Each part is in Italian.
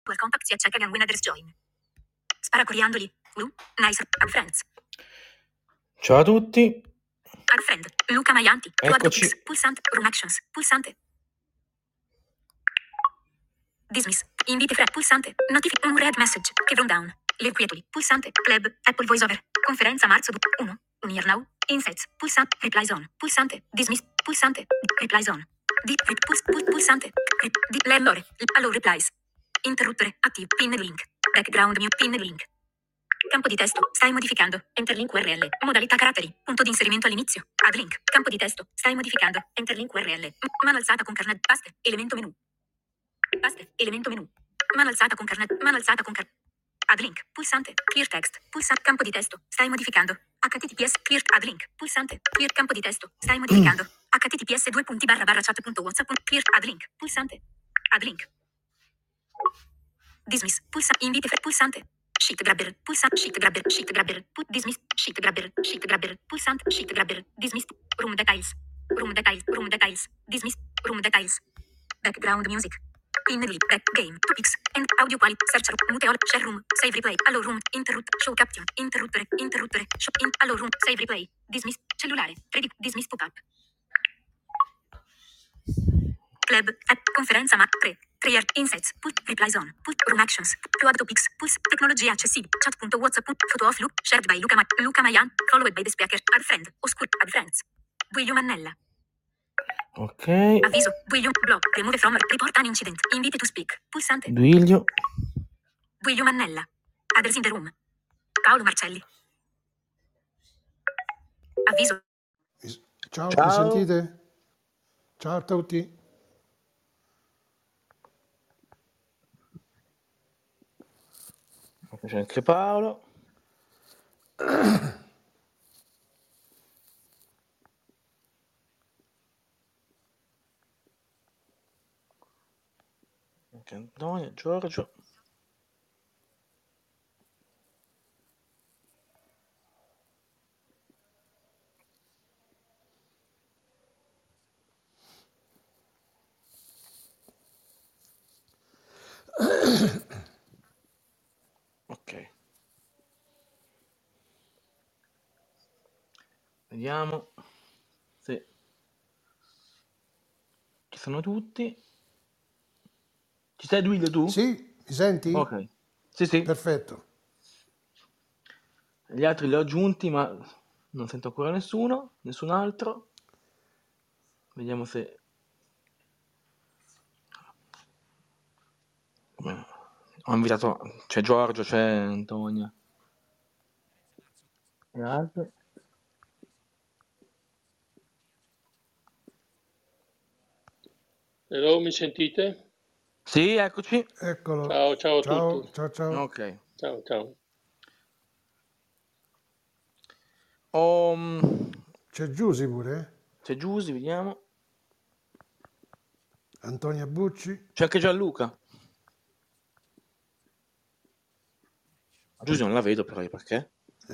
Welcome back to check again when others join. Spara coriandoli. Nice. Add friends. Ciao a tutti, Add friend. Luca Maianti. To add eccoci. topics. Pulsante. Room actions. Pulsante. Dismiss. Invite friend. Pulsante. Notifica. Un red message. Chevron down. Le quietuli. Pulsante. Club. Apple voiceover. Conferenza marzo 1. Un year now. Insights. Pulsante. Reply zone. Pulsante. Dismiss. Pulsante. Reply zone. Pulsante. Allora. Allora replies. Interruttore. Attivo. Pinned link. Background mute. Pinned link. Campo di testo. Stai modificando. Enter link URL. Modalità caratteri. Punto di inserimento all'inizio. Add link. Campo di testo. Stai modificando. Enter link URL. Mano alzata con carnet. Paste. Elemento menu. Paste. Elemento menu. Mano alzata con carnet. Mano alzata con carnet. Add link. Pulsante. Clear text. Pulsante. Campo di testo. Stai modificando. HTTPS. Clear. Add link. Pulsante. Clear. Campo di testo. Stai modificando. HTTPS chat.whatsapp.whatsapp. Clear. Add link. Pulsante. Add link. Dismiss. Invite pulsante. Sheet grabber. Pulsante. Sheet grabber. Sheet grabber. Dismiss. Sheet grabber. Sheet grabber. Pulsante. Sheet grabber. Dismiss. Room details. Room details. Room details. Dismiss. Room details. Background music. In the back game. Topics. And audio quality. Search room. Mute all. Share room. Save replay. Allo room. Interrupt. Show caption. Interruttere. Interruttere. Show. Allo room. Save replay. Dismiss. Cellulare. Predict. Dismiss pop-up. Club. App. Conferenza ma 3. Trier. Insights. Reply zone. Room actions. Più add topics. Tecnologia accessibile. Chat.whatsapp. Photo of Luke. Shared by Luca Mayan. Followed by the speaker. Add friend. Oscur. Add friends. Guiglio Mannella. Ok, Avviso. Guiglio. Blog. Remove from. Report an incident. Invite to speak. Pulsante. Duilio. Guiglio Mannella. Others in the room. Paolo Marcelli. Avviso. Ciao, mi Ciao. sentite? Ciao a tutti. C'è anche Paolo. Anche Antonio, Giorgio. Ok. Vediamo se ci sono tutti. Ci sei Duilio tu? Sì, mi senti? Ok. Sì, sì. Perfetto. Gli altri li ho aggiunti, ma non sento ancora nessun altro. Vediamo se... Ho invitato... C'è Giorgio, c'è Antonia. E altri? Hello, mi sentite? Sì, eccoci. Eccolo. Ciao a Ciao, tutti. ciao, ciao. Ok. Ciao. C'è Giusy pure? C'è Giusy, vediamo. Antonia Bucci? C'è anche Gianluca. Giusy non la vedo però, perché?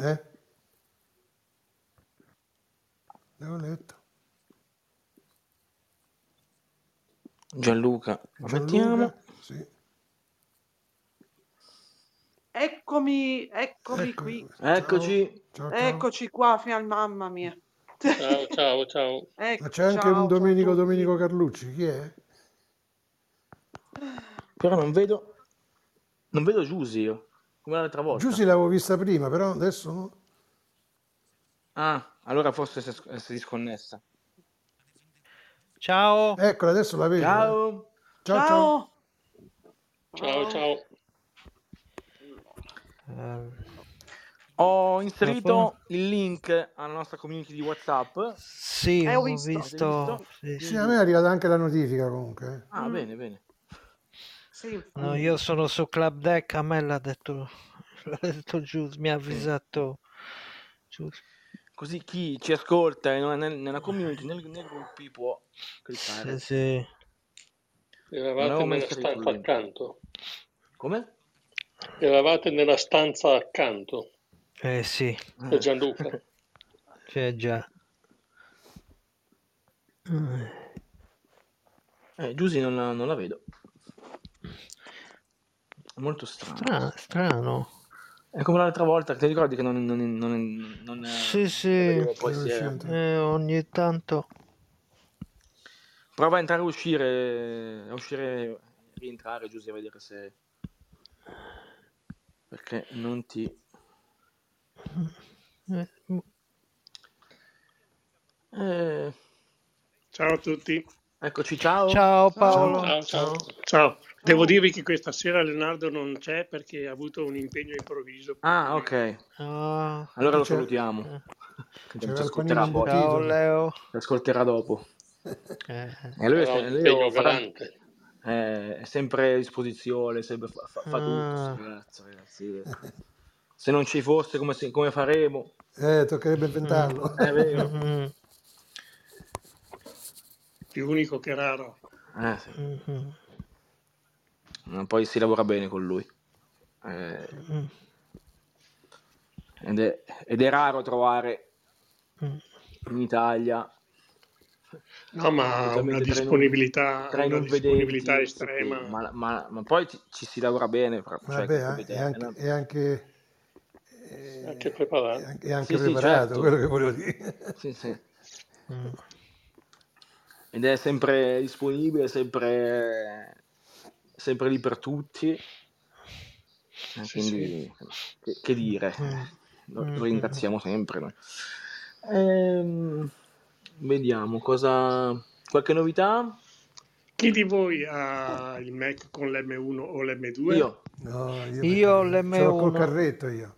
L'avevo letto. Gianluca, lo mettiamo. Gianluca? Sì. Eccomi Ecco. qui. Eccoci. Ciao. Eccoci qua, mamma mia. Ciao. Ma c'è anche un Domenico Carlucci, chi è? Però non vedo Giusy io, come l'altra volta. Giusy l'avevo vista prima, però adesso no. Ah, allora forse si è disconnessa. Ciao. Eccola, adesso la vedo. Ciao. Ciao. Ho inserito il link alla nostra community di WhatsApp. Sì, ho ho visto. visto. Sì, a me è arrivata anche la notifica comunque. Ah, bene. Sì. No, io sono su Club Deck, a me l'ha detto Gius, mi ha avvisato Gius. Così chi ci ascolta e non è nella community, nei gruppi può cliccare. Sì. Eravate nella stanza accanto. Come? Eravate nella stanza accanto. Sì. Da Gianluca. C'è già. Giusy non la vedo. molto strano. Strano. È come l'altra volta, ti ricordi che non Sì. vedevo, poi Non si riuscivo era... a entrare. Ogni tanto. Prova a entrare e uscire, rientrare, Giuseppe, a vedere se... Perché non ti... Ciao a tutti. Eccoci, ciao. Ciao Paolo. Ciao, ciao. Ciao. Devo dirvi che questa sera Leonardo non c'è perché ha avuto un impegno improvviso. Ah, ok. Ah, Allora lo C'è- salutiamo. eh. Che C'era ci il ascolterà panino poi. Ciao imbottito. Leo. Ci ascolterà dopo. Eh. E lui, Era un lui impegno farà... galante. È sempre a disposizione, sempre fa tutto, sto ragazzi. Se non ci fosse, come faremo? Toccherebbe inventarlo. È vero. Mhm. Più unico che raro. Sì. Mhm. Poi si lavora bene con lui. Mhm. Ed è raro trovare in Italia No, ma una specialmente disponibilità tra i non disponibilità vedenti, estrema. sì, ma poi ci si lavora bene, cioè, Vabbè, capite, è anche Anche preparato. è anche Sì, preparato, certo. quello che volevo dire. Sì. Mm. Ed è sempre disponibile, sempre lì per tutti. Quindi che dire, lo ringraziamo sempre noi. Vediamo qualche novità. Chi di voi ha il Mac con l'M1 o l'M2? Io. No, Io ce l'ho col l'M1. carretto io.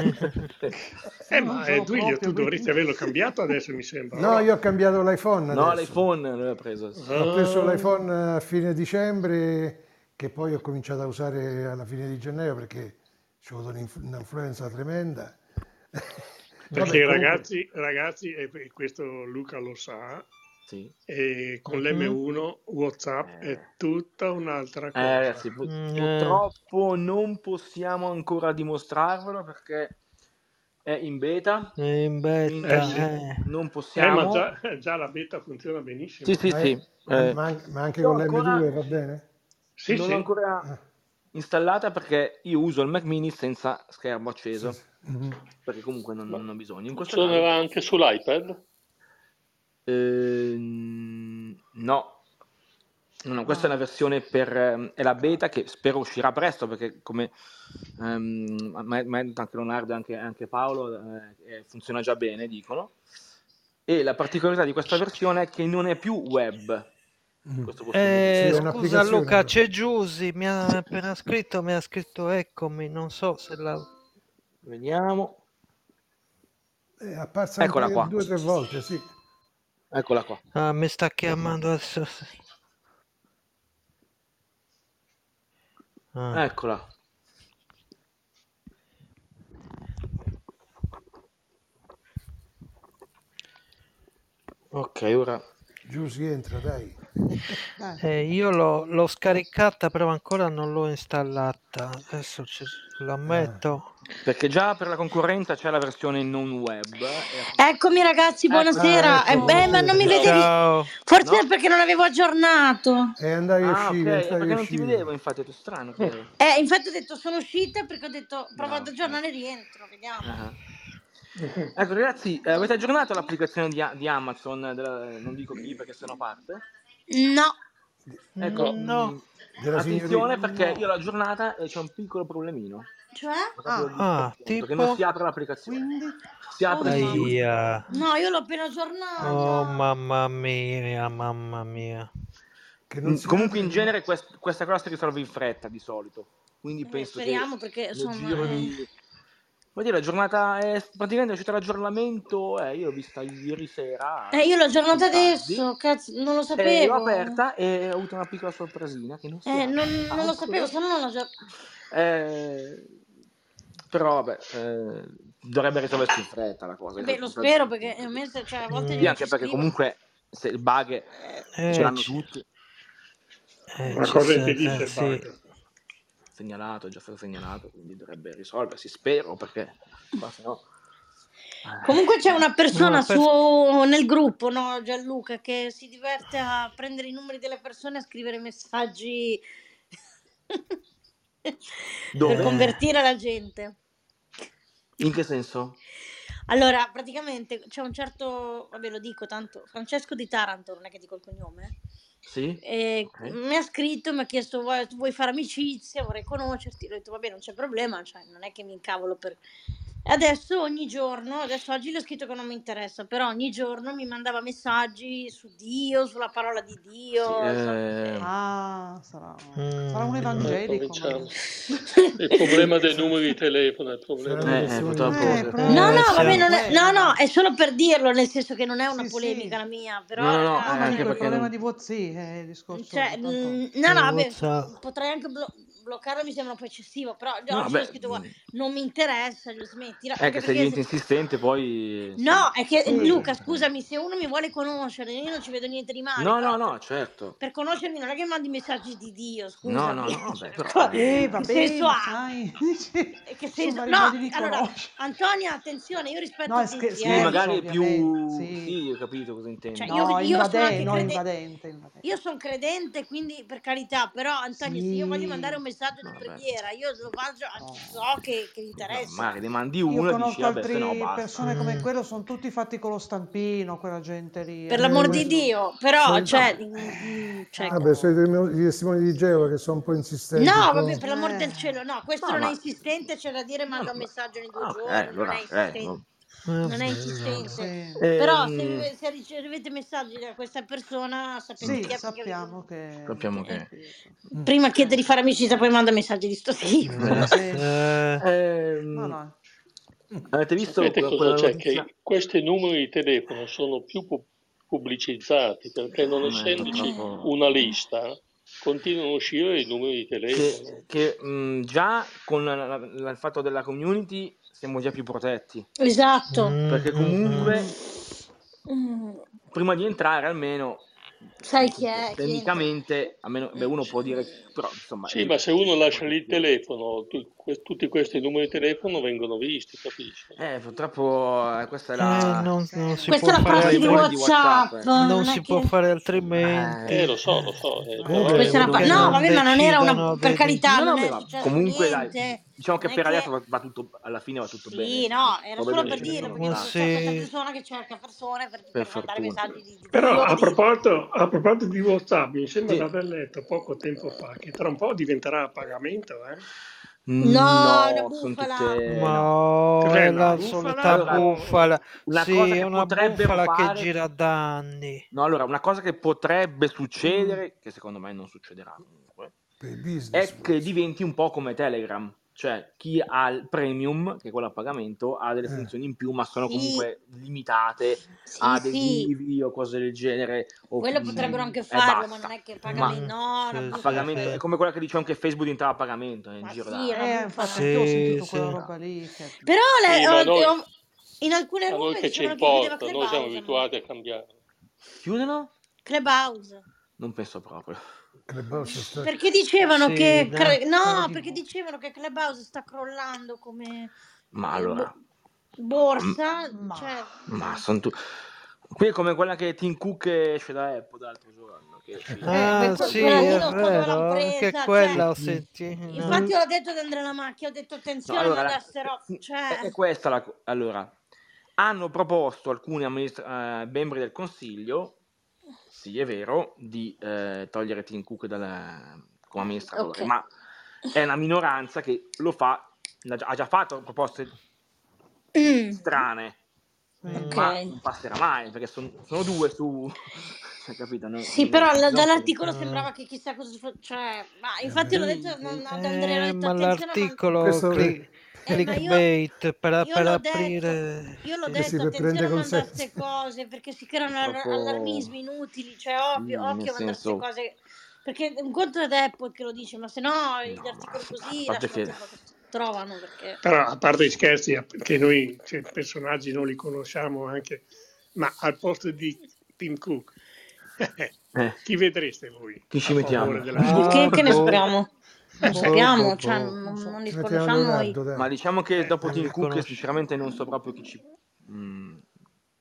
Ma Duilio, tu dovresti averlo cambiato adesso, mi sembra. No, io ho cambiato l'iPhone No, adesso. l'iPhone l'ho preso. Ho preso l'iPhone a fine dicembre, che poi ho cominciato a usare alla fine di gennaio perché c'ho avuto un'influenza tremenda. Perché Vabbè, comunque, ragazzi, e questo Luca lo sa, Sì. e con l'M1 WhatsApp è tutta un'altra cosa. Ragazzi, purtroppo non possiamo ancora dimostrarvelo perché è in beta. In beta. Sì. Non possiamo. Ma già la beta funziona benissimo. Sì. ma anche Io con ancora l'M2 va bene? Sì, non sì. l'ho ancora installata perché io uso il Mac Mini senza schermo acceso. Sì. Mhm. Perché comunque non ho bisogno. In questo Funzionerà caso anche sull'iPad? no. No, questa è una versione è la beta che spero uscirà presto perché come anche Leonardo e anche Paolo funziona già bene, dicono. E la particolarità di questa versione è che non è più web. Questo posso dire. Sì, è Scusa un'applicazione. Luca, c'è Giusy, mi ha appena scritto, eccomi, non so se la... Vediamo. È apparsa Eccola anche qua. 2 o 3 volte, sì. Eccola qua. Ah, mi sta chiamando adesso. Ah. Eccola. Ok, ora Giusy entra, dai. Io l'ho scaricata, però ancora non l'ho installata. Adesso la metto. perché già per la concorrenza c'è la versione non web. Eccomi ragazzi, buonasera. ecco, Ma non mi vedevi? Ciao. Forse No. è perché non avevo aggiornato. Andavi a uscire, ok, stavi perché a non ti uscire. vedevo, infatti, è strano. Infatti ho detto sono uscita perché ho detto provo ad Bravo, aggiornare e rientro, vediamo. Ecco ragazzi, avete aggiornato l'applicazione di Amazon, non dico chi perché sennò parte? No. Ecco, No. Della attenzione signorina. perché io l'ho aggiornata e c'è un piccolo problemino. Cioè? Perché non si apre l'applicazione. Si apre solo Aia. No, io l'ho appena aggiornata. Oh mamma mia. Che non si comunque apre, in genere questa cosa si risolve in fretta di solito. Quindi penso speriamo che perché nel insomma giro di... Vuol dire, la giornata è praticamente è uscita l'aggiornamento, io l'ho vista ieri sera. io l'ho aggiornata più tardi, adesso, cazzo, non lo l'ho sapevo. aperta e ho avuto una piccola sorpresina che non si apre. Non lo sapevo, se no non l'ho già... Però vabbè, dovrebbe risolversi in fretta la cosa. Beh, lo spero perché a volte Sì, anche perché comunque se il bug ce l'hanno tutti. Ma cosa impedisce il bug? Segnalato, è già stato segnalato, quindi dovrebbe risolversi, spero, perché se no... Comunque c'è una persona nel gruppo, no, Gianluca, che si diverte a prendere i numeri delle persone e a scrivere messaggi per Dove? convertire la gente. In che senso? Allora, praticamente c'è un certo, vabbè lo dico tanto, Francesco di Taranto, non è che dico il cognome, Sì? Ok. mi ha scritto, mi ha chiesto vuoi fare amicizia, vorrei conoscerti, ho detto vabbè non c'è problema, cioè non è che mi incavolo per... Adesso ogni giorno, adesso oggi le ho scritto che non mi interessa, però ogni giorno mi mandava messaggi su Dio, sulla parola di Sì, Dio. Ah, sarà un Mm. evangelico. Cominciamo. magari. Il problema dei numeri di telefono, il problema Saranno dei testimoni purtroppo. di Geova. No, no, vabbè, siamo- no, è solo per dirlo, nel senso che non è una Sì, polemica sì. la mia, No, però no, no, No, ma ragazzi, anche dico il perché problema non... di WhatsApp è il discorso cioè, tanto... no, vabbè, WhatsApp. potrei anche bloccarlo, mi sembra un po' eccessivo, però No, oggi ho beh, scritto guarda, non mi interessa, smettila, è anche che se perché diventi insistente poi, insomma... no, è che Sì. Luca, scusami, se uno mi vuole conoscere, io non ci vedo niente di male, No, però no, no, certo. per conoscermi non è che mandi messaggi di Dio, No, no, scusami. no, Cioè, beh, però... che Vabbè, senso ma ha? sai, Che sono senso? vari No, modi di allora, conoscere. Antonia, attenzione, io rispetto No, è tutti, Sì, scherzo, magari è più... ovviamente, sì. Sì, ho capito cosa Cioè, intendi. No, io sono anche no, credente. invadente. Io sono credente, quindi per carità, però Antonio, se io voglio mandare un Sì. messaggio No, di vabbè. preghiera, io lo faccio, No. so che No, interessa. magari ne mandi Io uno e dici, conosco vabbè, se no altre basta. persone come quello, sono tutti fatti con lo stampino, quella gente lì, Per l'amor di Questi- Dio, però, soliti- cioè, Vabbè. cioè, Vabbè, sono i testimoni di Geova che sono un po' insistenti, un no, po'... vabbè, per l'amor del cielo, no, questo No, non è ma... insistente, c'è da dire, No, manda no, un messaggio ogni 2 ok, giorni, non è allora... insistente. Non è insistente. Sì, Però Ehm, se ricevete messaggi da questa persona, sapete sì, chi è, sappiamo sappiamo che è che... questo. prima chiede di fare amicizia, poi manda messaggi di sto tipo. Sì. No, Ehm, no. avete visto Sapete cosa quella c'è? notizia? Che questi numeri di telefono sono più pubblicizzati perché non essendoci Purtroppo... una lista, continuano a uscire i numeri di telefono. Che già con il fatto della community siamo già più protetti. Esatto. Perché comunque, Mm. prima di entrare almeno, Sai nel chi senso, è? Chi entra? tecnicamente, almeno, beh, uno può dire, però insomma, Sì, ma se uno c'è lascia lì il protezione. telefono, tutti questi numeri di telefono vengono visti, capisci? Purtroppo questa è la... Non si Questa può è la fare prassi di l'emblema di WhatsApp. WhatsApp. non Non è si può che... fare altrimenti. Lo so, Però Comunque, Questa è una Che no, non vabbè, ma non era una... decidano Per carità, no, non beh, è ma successo comunque dai, niente. diciamo che Non è per che... adesso va tutto, alla fine va tutto bene. Sì, no, era solo per Probabilmente dirlo, sì. perché Ma c'è questa sì. persona che cerca persone Per per mandare fortuna. messaggi di Però Dio. a proposito di WhatsApp, mi sembra di Sì. aver letto poco tempo fa che tra un po' diventerà a pagamento, eh? No, è una No, sono bufala. tutte... No. Ma Cos'è è una la bufala solita Allora, bufala. una cosa Sì, è che una potrebbero bufala che fare... gira da anni. No, allora, una cosa che potrebbe succedere, che secondo me non succederà comunque, Per il business, è che forse. diventi un po' come Telegram. Cioè, chi ha il premium, che è quello a pagamento, ha delle funzioni in più, ma sono Sì, comunque limitate a sì, sì. adesivi o cose del genere. O, Quello potrebbero anche e farlo, ma non basta. è che Ma pagamento. No, una Sì, a sì, bufala pagamento è sì. quella. come quella che dicevano che Facebook diventava a pagamento in Ma giro sì, è da... una Infatti bufala. anche io ho Sì, sentito sì. quella roba lì. Che... Però Sì, ma in alcune a noi room che ci dicevano che chiudeva importa, noi siamo Clubhouse. abituati a cambiare. Chiudono? Clubhouse. Non penso proprio. Clubhouse sta... Perché dicevano Sì, che no. no, perché dicevano che Clubhouse sta crollando come Ma allora... borsa, Ma... cioè Ma sono tu... Qui è come quella che Tim Cook esce da Apple l'altro giorno. Che è uscita. Ah, sì, quella lì è non so dove l'hanno vero. Anche presa, cioè quella ho sentito. infatti l'ho detto ad Andrea Lamacchia, ho detto No, attenzione a allora, mandassero, cioè è questa la... Allora, hanno proposto alcuni membri del Consiglio, sì è vero, di togliere Tim Cook come amministratore, ok. ma è una minoranza che lo fa, ha già fatto proposte strane, Ok. ma non passerà mai, perché sono due su... Cioè, capito? Sì, però Non dall'articolo sembrava che chissà cosa cioè, ma infatti l'ho detto ad Andrea, ho detto Ma attenzione a l'articolo Questo ma io, clickbait per io l'ho aprire. l'ho questi detto, per attenzione prendere a mandare consenso. queste cose perché si creano Purtroppo allarmismi inutili, cioè sì, occhio nel a mandare queste senso... cose, perché un conto è Apple che lo dice, ma se no gli No, ma articoli a così parte lasciano che... tempo che trovano perché Però a parte gli scherzi, che noi personaggi non li conosciamo anche, ma al posto di Tim Cook, chi vedreste voi chi ci a favore mettiamo? della scelta? che ne sappiamo? Non sappiamo, cioè Non so. non Ci li mettiamo conosciamo noi. Leonardo, Ma dai. diciamo che dopo Non Tim li Cook conosci. sinceramente non so proprio chi ci...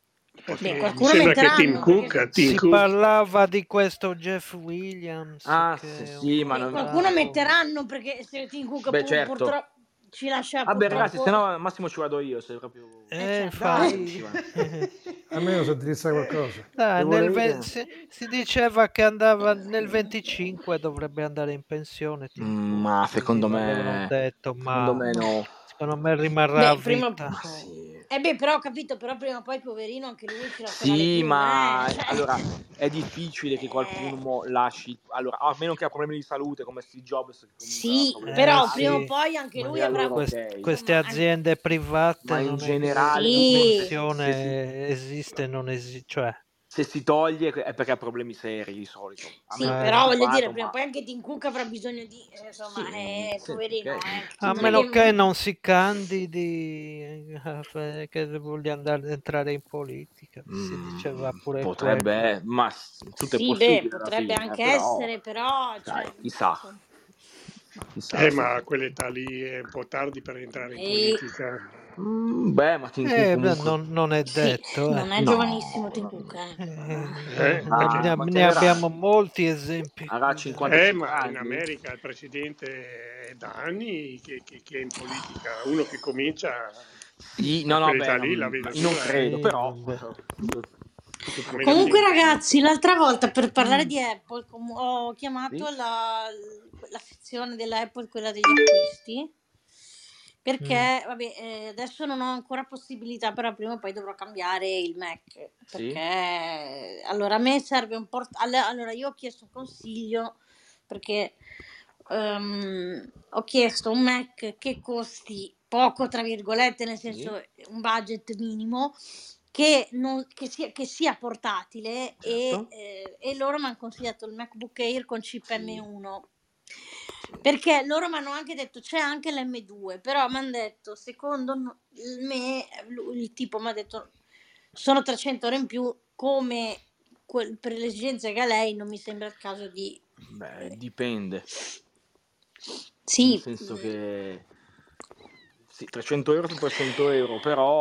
Beh, mi qualcuno sembra che Tim metteranno, perché Cook, Si parlava di questo Jeff Williams Ah, che sì, è sì, un ma qualcuno malato. metteranno, perché se Tim Cook Beh, certo. purtroppo ci lascia Vabbè, ragazzi, se purtroppo... no al massimo ci vado io, se proprio... certo. Infatti. Almeno si utilizza qualcosa. Dai, Se volete... si diceva che andava nel 25 dovrebbe andare in pensione Tim Cook, Ma così secondo l'avevano me... detto, Secondo ma me no. secondo me rimarrà a Beh, prima... vita. Ma sì. però ho capito, però prima o poi poverino anche lui ci lascerà le Sì, piume, ma cioè. allora è difficile che qualcuno lasci. Allora, a meno che ha problemi di salute come Steve Jobs, che comunque ha Sì, problemi però gravi, prima o Sì, poi anche ma lui e avrà... allora ok. queste insomma, aziende private Ma in non è che generale, la Sì. pensione esiste, non esiste, cioè se si toglie è perché ha problemi seri di solito. A Sì, meno che però sia voglio dire, occupato, prima o ma poi anche Tim Cook avrà bisogno di... insomma, sì, poverino, ok. a non è meno che che... non si candidi, che voglia entrare in politica, si diceva pure quello. Potrebbe, ma tutto è Sì, possibile beh, alla potrebbe fine, anche però, essere, però... sai, Cioè, chissà. insomma. ma a quell'età lì è un po' tardi per entrare in politica. Beh, ma Tim Cook Beh, comunque... non è Sì, detto, non è No, giovanissimo Tim Cook, Perché ma ne abbiamo molti esempi avrà qui. 55 ma in anni. America il presidente è da anni che è in politica. Uno che comincia Sì, a no, quell'età beh, lì, la vedo non dura. credo, Sì, però vabbè. tutto A può meno Comunque che... ragazzi, l'altra volta per parlare di Apple ho chiamato Sì? la sezione della Apple, quella degli acquisti, perché vabbè, adesso non ho ancora possibilità, però prima o poi dovrò cambiare il Mac, Sì? perché allora a me serve un allora io ho chiesto un consiglio, perché ho chiesto un Mac che costi poco, tra virgolette, nel senso un budget minimo, che sia portatile, Certo. e loro mi hanno consigliato il MacBook Air con chip M1, perché loro mi hanno anche detto c'è anche l'M2, però mi hanno detto secondo me il tipo mi ha detto sono 300 euro in più, come per le esigenze che ha lei non mi sembra il caso di... Beh, dipende. Sì. Nel senso che... Sì, 300 euro su 300 euro,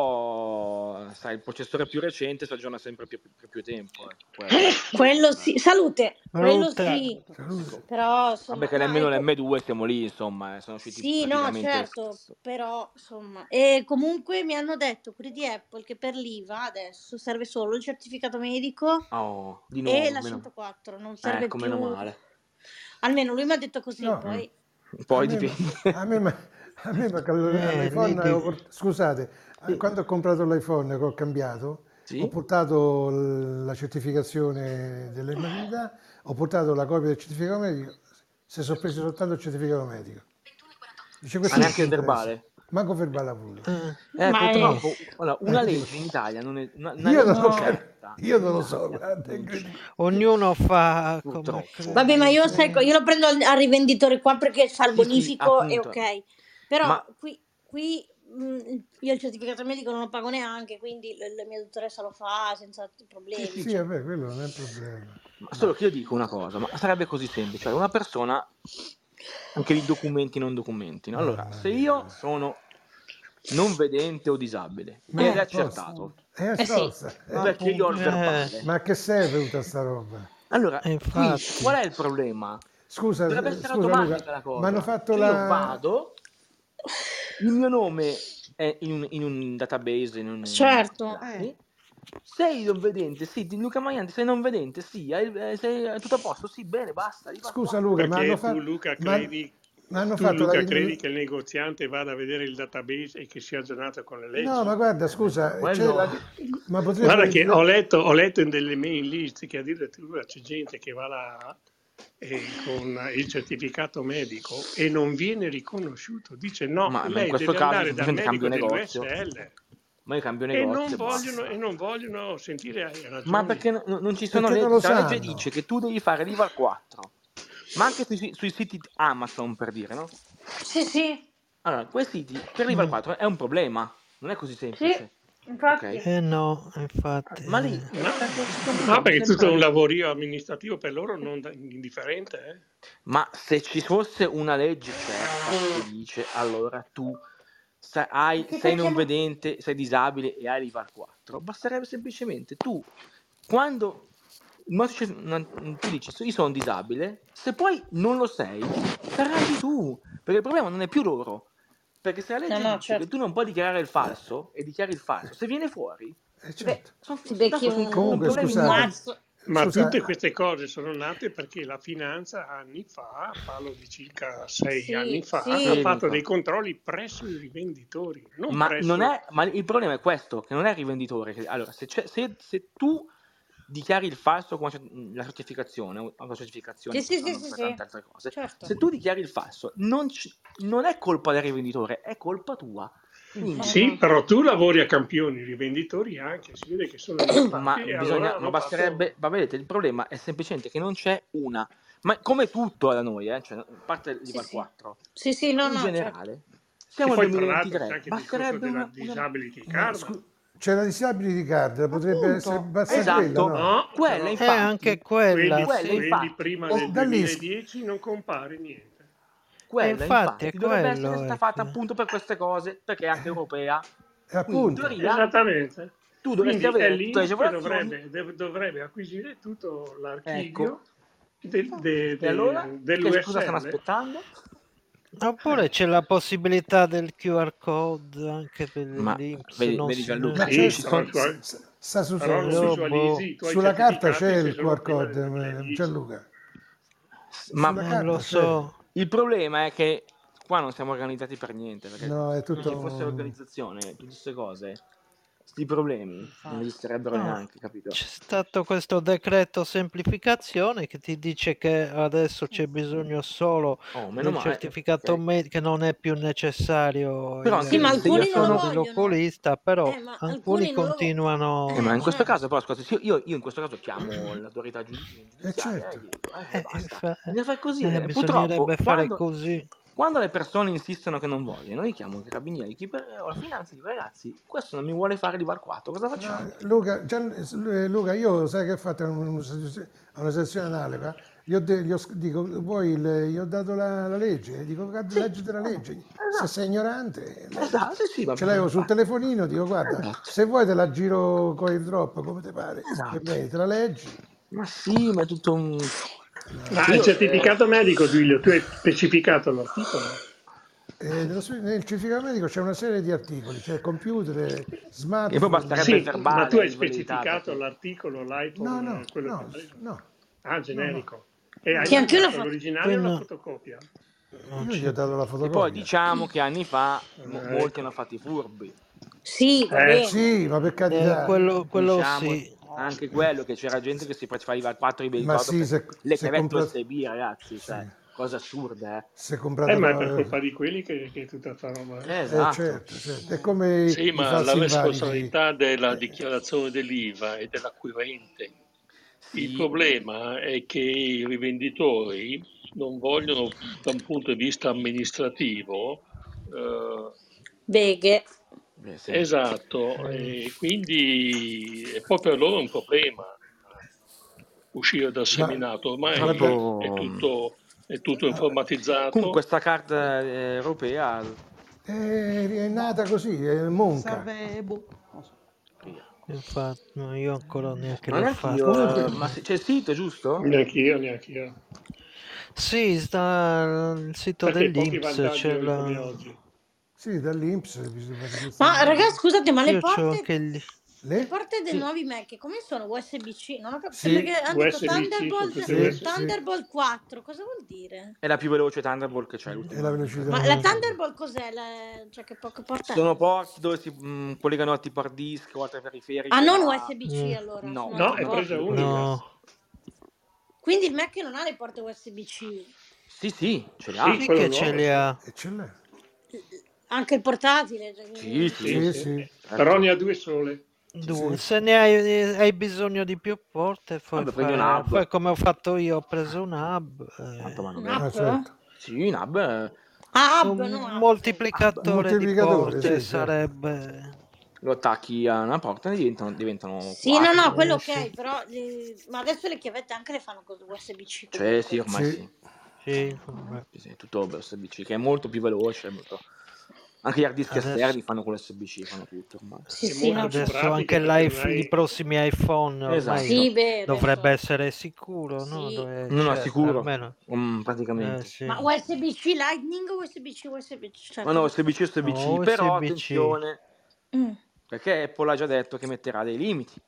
però sai, il processore più recente si aggiorna sempre per più tempo. Quello sì, salute, quello Salute. sì, Salute. però insomma, Vabbè che no, nemmeno ecco, l'M2 stiamo lì, insomma, sono usciti sì, no, praticamente lo certo, stesso. però insomma, e comunque mi hanno detto quelli di Apple che per l'IVA adesso serve solo il certificato medico Oh, di e nuovo, la meno... 104, non serve Ecco, più, meno male. almeno lui mi ha detto così, No, poi a Poi me, dipende. a me, a me Lì all'iPhone, scusate, Sì. quando ho comprato l'iPhone che ho cambiato, ho Sì? portato la certificazione dell'emergenza, ho portato la copia del certificato medico, si sono presi soltanto il certificato medico. Dice Ma questo non ci neanche il interessa, verbale? manco verbale ha voluto. ma Purtroppo allora, una Dico, legge in Italia, una io non legge ho no. certa io in non lo so, Italia guarda, è non c'è, incredibile. Ognuno fa come purtroppo. Vabbè, ma io crede. io lo prendo al rivenditore qua perché fa il Sì, sì, bonifico e appunto. ok, però Ma qui io il certificato medico non lo pago neanche, quindi la mia dottoressa lo fa senza problemi. Sì, Cioè. vabbè, quello non è un problema. solo che io dico una cosa, ma sarebbe così semplice, cioè una persona, anche di documenti non documenti, no? Allora, Mamma se io mia. sono non vedente o disabile Ma ed è a posto. accertato, A Sì. forza. perché io ho il verbale, Ma a che serve tutta sta roba? allora, qui Infatti, qual è il problema? Dovrebbe essere Scusa Luca, automatica la ma hanno cosa. fatto Cioè io la... vado, il mio nome è in un database, Certo. dati. Sei non vedente? Sì, di Luca Maianti, sei non vedente? Sì, sei tutto a posto? Sì, bene, basta, arriva Scusa qua. Luca, Perché tu, Luca, credi, ma hanno tu, fatto Luca, credi che il negoziante vada a vedere il database e che sia aggiornato con le No, ma leggi? guarda, Ma scusa, quello... ma Guarda potrebbero... che ho letto in delle mail list che addirittura c'è gente che va là con il certificato medico e non viene riconosciuto. Dice no, Ma in lei questo deve caso andare dal semplicemente medico cambio negozio. dell'USL Ma io cambio e negozio e basta. non vogliono sentire Ma ragioni. perché non ci sono Perché non leggi? lo Cioè, la legge sanno. dice che tu devi fare l'IVA al 4. Ma anche sui siti Amazon, per dire, no? Sì. Allora, quei siti per l'IVA al 4 è un problema. Non è così semplice. Infatti. Ok? no, infatti. Ma lì perché si complicano Perché è sempre tutto la un vita. lavorio amministrativo per loro non indifferente. Ma se ci fosse una legge certa che dice allora tu sei non vedente, sei disabile e hai l'IVAL 4, basterebbe semplicemente tu, quando tu dici io sono disabile, se poi non lo sei, sarai tu, perché il problema non è più loro, perché se la legge No, dice certo. che tu non puoi dichiarare il falso e dichiari il falso, se viene fuori, certo. Ti becchi Comunque, un scusate, mazzo. Ma Scusa, tutte queste cose sono nate perché la finanza anni fa, parlo di circa 6 anni fa, Sì, ha sì. fatto dei controlli presso i rivenditori, non ma presso... ma il problema è questo, che non è il rivenditore. Allora, se tu dichiari il falso con la certificazione, autocertificazione, Sì, fanno sì, per sì. tante altre cose, Certo. se tu dichiari il falso, non è colpa del rivenditore, è colpa tua. Quindi, Sì, però tu lavori a campioni, i rivenditori anche, si vede che sono ma infatti e allora hanno basterebbe, ma vedete, il problema è semplicemente che non c'è una, ma come tutto da noi, cioè, a parte l'IVAL 4, Sì, sì, no, in no, certo. generale, Che siamo nel poi tra l'altro c'è 2023, anche il discorso basterebbe della una disability ma card. c'è la disability card, potrebbe Appunto. essere basta Esatto. quella, no? No, Quella però infatti, anche quella, quella sì. quelli infatti, prima E del da lì 2010 non compare niente. quella infatti è dovrebbe essere quello, stata fatta appunto per queste cose, perché è anche europea. Quindi in appunto. teoria Esattamente. tu dovresti Quindi è avere tutte le l'INPS che agevolazioni. dovrebbe acquisire tutto l'archivio Ecco. E allora che cosa stanno dell'USL. aspettando? Oppure c'è la possibilità del QR code anche per Ma l'INPS, vedi non Gianluca, Ma Sì, c'è, però, sta su, però non visualizzi i tuoi sulla carta c'è certificati se il sono QR prima del code, 2010. Gianluca. ma Sulla lo carta c'è. so. il problema è che qua non siamo organizzati per niente, perché No, è se tutto ci fosse l'organizzazione, tutte queste cose, questi problemi non esisterebbero No, neanche, capito? c'è stato questo decreto semplificazione che ti dice che adesso c'è bisogno solo Meno del male, certificato ok. medico, che non è più necessario Però Sì, ma se io alcuni non lo sono vogliono. dell'oculista, però Ma alcuni alcuni non lo continuano. ma in questo cioè, caso però ascolta, se io in questo caso chiamo l'autorità giudiziaria certo. e gli dico, basta, Fa- bisogna fare così. Purtroppo bisognerebbe fare così. quando le persone insistono che non vogliono, io chiamo i carabinieri, o la finanza, dico ragazzi, questo non mi vuole fare l'IVAL 4, cosa facciamo? No, Luca, Luca, io sai che ho fatto una sessione analoga, dico, gli ho dato la legge, dico leggete la legge, se sei ignorante, Esatto, sì, ce l'avevo sul infatti. telefonino, dico guarda, Esatto. se vuoi te la giro con il drop, come ti pare, Esatto. te la leggi. Ma sì, ma è tutto un... Ma il certificato medico, Giulio, tu hai specificato l'articolo? Nel certificato medico c'è una serie di articoli, c'è computer, E poi smartphone. basterebbe il Sì, ma tu verbale hai di validità, specificato perché... l'articolo, l'iPhone, No, quello che hai preso? no. Ah, generico. E hai Sì, anche io l'ho mandato fatto. l'originale o la Qui no. fotocopia? Io gli ho dato la E poi fotocopia. diciamo che anni fa molti Ecco. hanno fatto i furbi. Sì, va bene. Sì, ma per carità. Quello Diciamo sì. anche quello, che c'era gente che si faceva il 4 di Ma ricordo sì, per le se chiavette compra... USB, ragazzi, cioè, Sì. cosa assurda, Se comprato... Ma è per colpa di quelli che è tutta sta roba. Esatto. certo. È come Sì, i ma la falsi invalidi. responsabilità della dichiarazione dell'IVA è dell'acquirente. Il Sì, problema è che i rivenditori non vogliono, da un punto di vista amministrativo, Beghe. sì. esatto, e quindi è proprio per loro un problema uscire dal seminato. Ormai è tutto informatizzato. Comunque questa carta europea È nata così, è monca. Serve, non so. via. Infatti, no, io ancora neanche Ma l'ho neanche io, fatta. Comunque, c'è il sito, giusto? Neanch'io. Sì, sta il sito Perché pochi dell'Inps, vantaggi c'è hai come la... oggi. sì, dall'Inps bisogna fare queste Ma cose. ragazzi, scusate, ma Io c'ho anche il... le porte dei Sì. nuovi Mac come sono? USB-C? Non ho capito. Sì. Perché hanno detto USB-C sono tutte USB. Thunderbolt 4. Cosa vuol dire? È la più veloce Thunderbolt che c'è È l'ultima. la velocità. Ma la Thunderbolt cos'è? Cioè, che porta è? Sono porti dove si collegano a tipo hard disk o altre periferiche. Ah, non USB-C allora. No, sono No, altri è porti. presa unica. No, Quindi il Mac non ha le porte USB-C. Sì, ce li ha. Sì, chi quello che ce nuovo, li sì. ha? E ce l'è. Anche il portatile. Sì. Sì. Però ne ha due sole. Due. Sì. Se ne hai bisogno di più porte, Vabbè, prendi un hub. fai come ho fatto io, ho preso un hub. Tanto vanno Un bene. hub? Certo. Sì, un hub. Hub, Un non hub. moltiplicatore di Moltiplicatore, porte sì, certo. sarebbe... Lo attacchi a una porta e diventano Sì, 4. no, quello ok, sì. però ma adesso le chiavette anche le fanno con USB-C Cioè, comunque. sì, ormai sì. Sì, vabbè. Sì, tutto USB-C, che è molto più veloce. Anche gli hard disk Adesso- esterni fanno con l'USB-C, fanno tutto ormai. Sì, È sì, molto no, più Adesso pratica anche perché non i hai... prossimi iPhone ormai Esatto. sì, beh, dovrebbe adesso essere sicuro, no? sì. No, Cioè, sicuro, almeno praticamente. sì. Ma USB-C Lightning o USB-C USB? Cioè, Ma no, cosa... USB-C, USB-C, No, però USB-C. attenzione, Mm. perché Apple ha già detto che metterà dei limiti.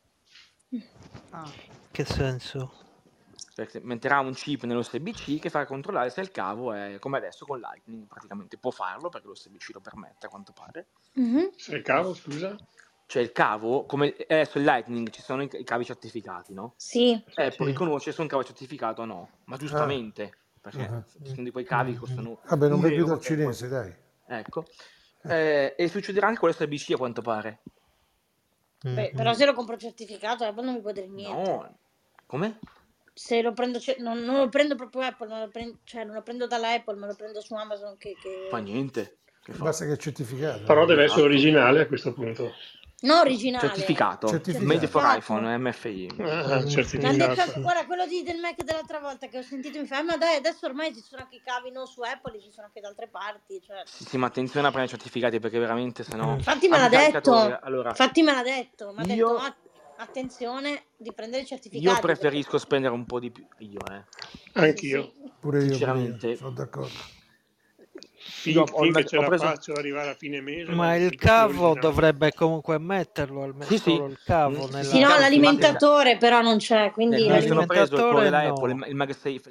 Ah. Che senso? Perché metterà un chip nell'USB-C che farà controllare se il cavo è come adesso con Lightning, praticamente può farlo perché l'USB-C lo permette a quanto pare. Mhm. Se il cavo, scusa? Cioè il cavo, come adesso il Lightning ci sono i cavi certificati, no? Sì. Apple Sì. riconosce se un cavo è certificato o no, ma giustamente, perché Ah. sono di quei cavi che costano Vabbè, non vai più €1, dal che è cinese, dai. ecco. E succederà anche con l'USB-C a quanto pare. Beh, però se lo compro certificato Apple non mi può dire niente. No, come? Se lo prendo, non lo prendo proprio Apple, non lo prendo dalla Apple, ma lo prendo su Amazon Fa niente. Che fa? Basta che è certificato. Però deve essere Esatto. originale a questo punto. non originale. Certificato. Certificato. Made for Certificato. iPhone, MFI. Ah, Mi certificato. hanno detto, guarda, quello del Mac dell'altra volta che ho sentito mi fa, ma dai, adesso ormai ci sono anche i cavi non su Apple, ci sono anche da altre parti. Cioè. Sì, ma attenzione a prendere certificati perché veramente sennò... Infatti me l'ha Anche i caricatori, detto. allora, Infatti me l'ha detto. Mi ha io- detto, attenzione di prendere i io certificati. preferisco spendere un po' di più. Anch'io. Sì, sì. Pure io, Sinceramente. sono d'accordo. Io ho Finché ce ho la preso... faccio arrivare a fine mese. Ma vado il sempre più cavo originale. dovrebbe comunque metterlo, almeno Sì, solo sì. il cavo Sì, nella... Sì, no, cavo, l'alimentatore però non c'è, quindi io mi sono preso il cuore della L'alimentatore Apple, il MagSafe,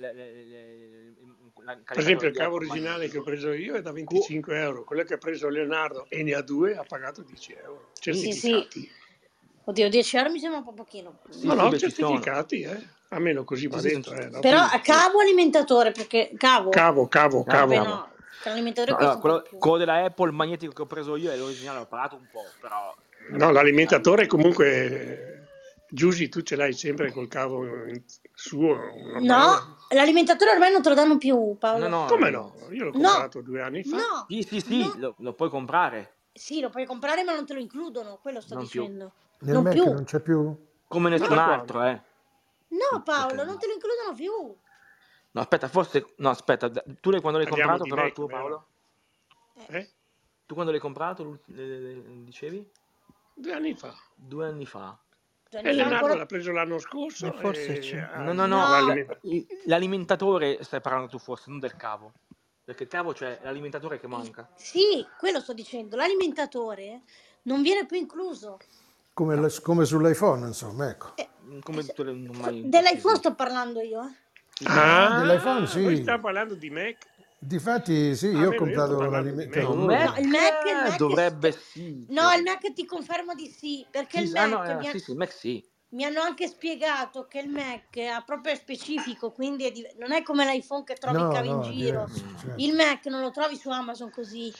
Per esempio il di cavo Apple originale che ho preso io è da Co- 25 euro, quello che ha preso Leonardo e ne ha due ha pagato 10 euro. Sì, sì. Certificati. Oddio, 10 euro mi sembra un po' pochino. Sì, No, sì, no, beh, ci sono. certificati, almeno così mi ha Sì, sì, detto. No? Però sì, a cavo alimentatore, perché cavo? Cavo. Vabbè, Cavo. no, l'alimentatore No, costa allora, un po' di più. quello della Apple, il magnetico che ho preso io è l'originale, ho pagato un po', però... No, l'alimentatore comunque, Giusy, tu ce l'hai sempre col cavo suo, normale. No, l'alimentatore ormai non te lo danno più, Paolo. No, Come no? Io l'ho No, comprato 2 anni fa. no, Sì, no. lo puoi comprare, Sì, lo puoi comprare, ma non te lo includono, quello sto non più. dicendo. Nel Non Mac più. non c'è più? Come Ma nessun da altro, quando? No, Paolo, Perché- non te lo includono più. No, aspetta, forse... No, aspetta, tu quando l'hai Parliamo comprato, di però, Mac, tu, vero? Paolo? Tu quando l'hai comprato, dicevi? 2 anni fa. 2 anni fa. E Leonardo l'ha preso l'anno scorso. Forse e c'è. No, l'alimentatore stai parlando tu forse, non del cavo. Perché il cavo c'è l'alimentatore che manca. Sì, quello sto dicendo. L'alimentatore non viene più incluso. Come sull'iPhone, insomma, ecco. Come tutte le ormai... Dell'iPhone sto parlando io. dell'iPhone sì. Voi stiamo parlando di Mac? Difatti sì, io ho comprato No, l'alimentatore. No, il Mac dovrebbe sì. No, il Mac ti confermo di sì, perché Sì, il Mac sì, il Mac sì. mi hanno anche spiegato che il Mac ha proprio specifico, quindi non è come l'iPhone che trovi i cavi in giro. Diverso, certo. Il Mac non lo trovi su Amazon così.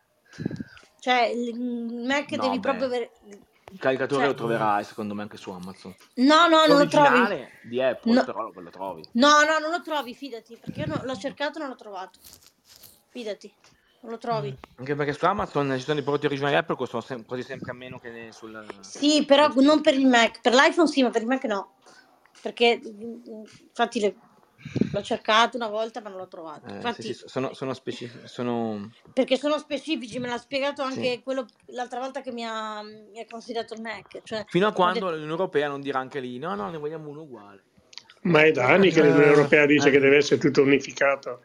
Cioè, il Mac No, devi beh. proprio avere... Il caricatore lo troverai secondo me anche su Amazon. No, non lo trovi. L'originale di Apple, però lo trovi. No, non lo trovi, fidati, perché io l'ho cercato e non l'ho trovato. Fidati, non lo trovi. Anche perché su Amazon ci sono i prodotti originali Apple costano quasi sempre a meno che sul... Sì, però non per il Mac. Per l'iPhone sì, ma per il Mac no. Perché infatti l'ho cercato una volta ma non l'ho trovato. Infatti, sì, sono specifici. Perché sono specifici, me l'ha spiegato anche quello l'altra volta che mi ha consigliato il Mac. Cioè, fino a quando l'Unione Europea non dirà anche lì, no, ne vogliamo uno uguale. Ma è da anni che l'Unione Europea dice che deve essere tutto unificato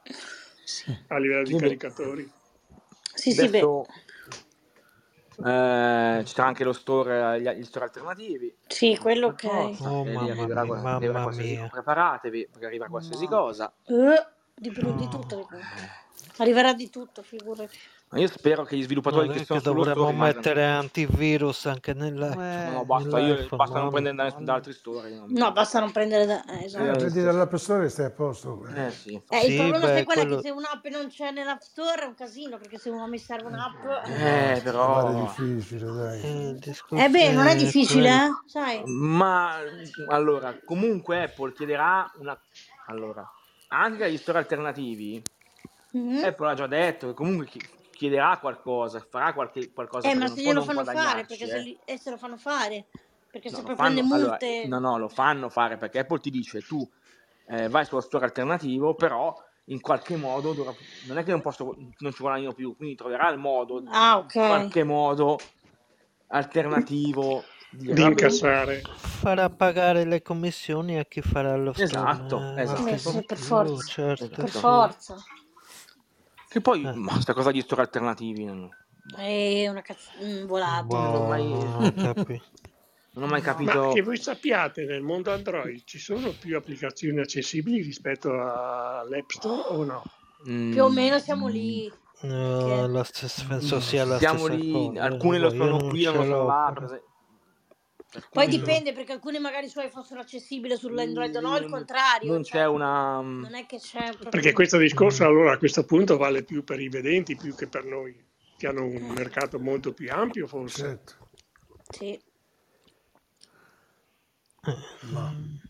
a livello di caricatori. Sì, adesso ci sarà anche lo store, gli store alternativi. Sì, quello ok. Mamma mia. Preparatevi perché arriva qualsiasi cosa. Di tutto. Arriverà di tutto, figurati. Ma io spero che gli sviluppatori che sono sullo dovremmo store mettere antivirus anche no, basta non prendere da altri store. No, basta non prendere da... esatto. Prendi dall'App Store e stai a posto. Sì. Il problema sai qual è? Che se un'app non c'è nell'App Store è un casino, perché se uno mi serve un'app... però... è difficile, dai. beh, non è difficile, sai? Ma, allora, comunque Apple chiederà una... Allora, anche agli store alternativi, Apple ha già detto che comunque chiederà qualcosa, farà qualcosa. Ma se glielo fanno fare, perché se lo fanno fare, perché se poi prende multe... Allora, no, lo fanno fare, perché Apple ti dice, tu vai sullo store alternativo, però in qualche modo non è che non ci guadagnino più, quindi troverà il modo, Ah, in qualche ok. modo alternativo di dire, di vabbè, incassare. Farà pagare le commissioni a chi farà lo esatto, stream, Sì, più, per forza. certo, Per esatto. sì. forza. Che poi, Eh. questa cosa di store alternativi, È una volata. non l'ho mai, Boh, non ho mai Ma capito. che voi sappiate, nel mondo Android ci sono più applicazioni accessibili rispetto all'App Store o no? Più o meno siamo lì. Perché penso sia la Siamo stessa lì, cosa. alcune lo Io sono non qui, ce non lo sono l'ho, là, però. per poi cui dipende, perché alcune magari suoi fossero accessibili sull'Android, no, il contrario. non Cioè, c'è una... non è che c'è Perché proprio. questo discorso allora a questo punto vale più per i vedenti più che per noi, che hanno un mercato molto più ampio forse. Certo, Sì. ma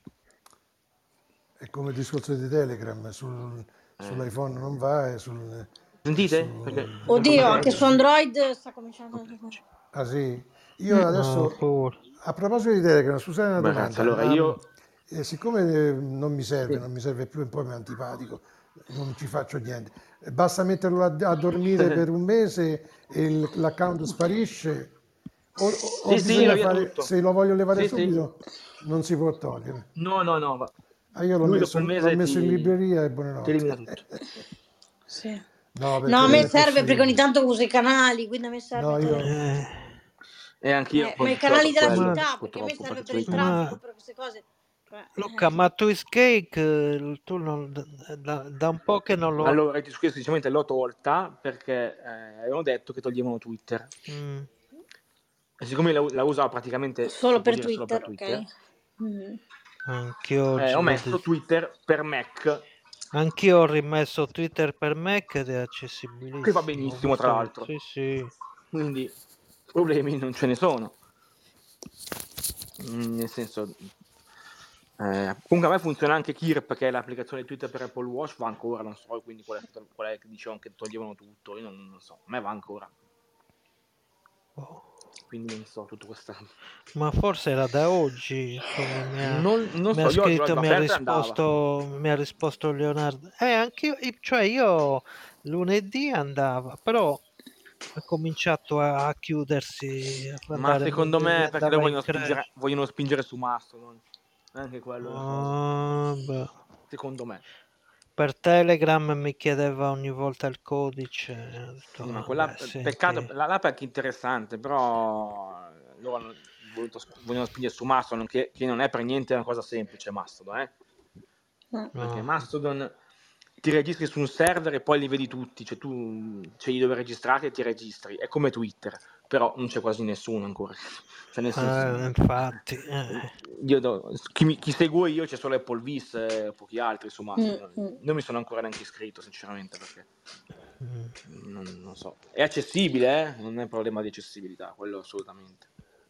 è come il discorso di Telegram, sull'iPhone non va e Sentite? su... Perché Oddio, anche Android. su Android sta cominciando. Ah sì? Io adesso, Pure. a proposito di Telegram, scusate una Beh, ragazzi, domanda, allora ma io... siccome non mi serve, Sì. non mi serve più, un po' mi è antipatico, non ci faccio niente, basta metterlo a dormire per un mese e l'account sparisce, o Sì, va bisogna via fare, tutto. se lo voglio levare Sì, sì. subito, non si può togliere. No. Ah, io Lui dopo un l'ho mese messo in ti libreria e elimina buonanotte. tutto. Sì. No, No, perché a non me è serve perché ogni possibile. tanto uso i canali, quindi a me serve No, Telegram. E anch'io Ma i ce l'ho canali per della quello, città, perché a me purtroppo, serve perché per c'ho i il canali. traffico, per queste cose. Cioè, Luca, ma Twistcake tu da un po' che non lo... Allora, sinceramente l'ho tolta perché avevano detto che toglievano Twitter. Mm. E siccome la usavo praticamente, solo si può per dire solo per Twitter, Twitter, ok? Mm. Anch'io ho oggi messo Twitter per Mac, Anch'io ho rimesso Twitter per Mac ed è che va accessibilissimo. benissimo, tra l'altro. Sì. Quindi problemi non ce ne sono. Nel senso... comunque a me funziona anche Kirp, che è l'applicazione Twitter per Apple Watch, va ancora, non so quindi qual è che dicevano che toglievano tutto, io non so, a me va ancora. Quindi non so, tutto questo. Ma forse era da oggi, come Non mi so, ha io oggi scritto, l'ho aperta e andava. mi ha risposto Leonardo. Anche io lunedì andava, però ha cominciato a chiudersi, a Ma secondo me perché andava loro in crash. vogliono spingere su Mastodon. Anche quello è una cosa. Beh. Secondo me. Per Telegram mi chiedeva ogni volta il codice. Ho detto, Sì, ma vabbè, peccato, senti. l'app è anche interessante, però loro hanno vogliono spingere su Mastodon, che non è per niente una cosa semplice, Mastodon, Perché No. Mastodon ti registri su un server e poi li vedi tutti, cioè tu scegli dove registrarti e ti registri, è come Twitter, però non c'è quasi nessuno ancora, cioè nel senso, Infatti. chi seguo io c'è solo Apple Vis e pochi altri su Mastodon, non mi sono ancora neanche iscritto sinceramente perché non so, è accessibile, non è un problema di accessibilità, quello assolutamente,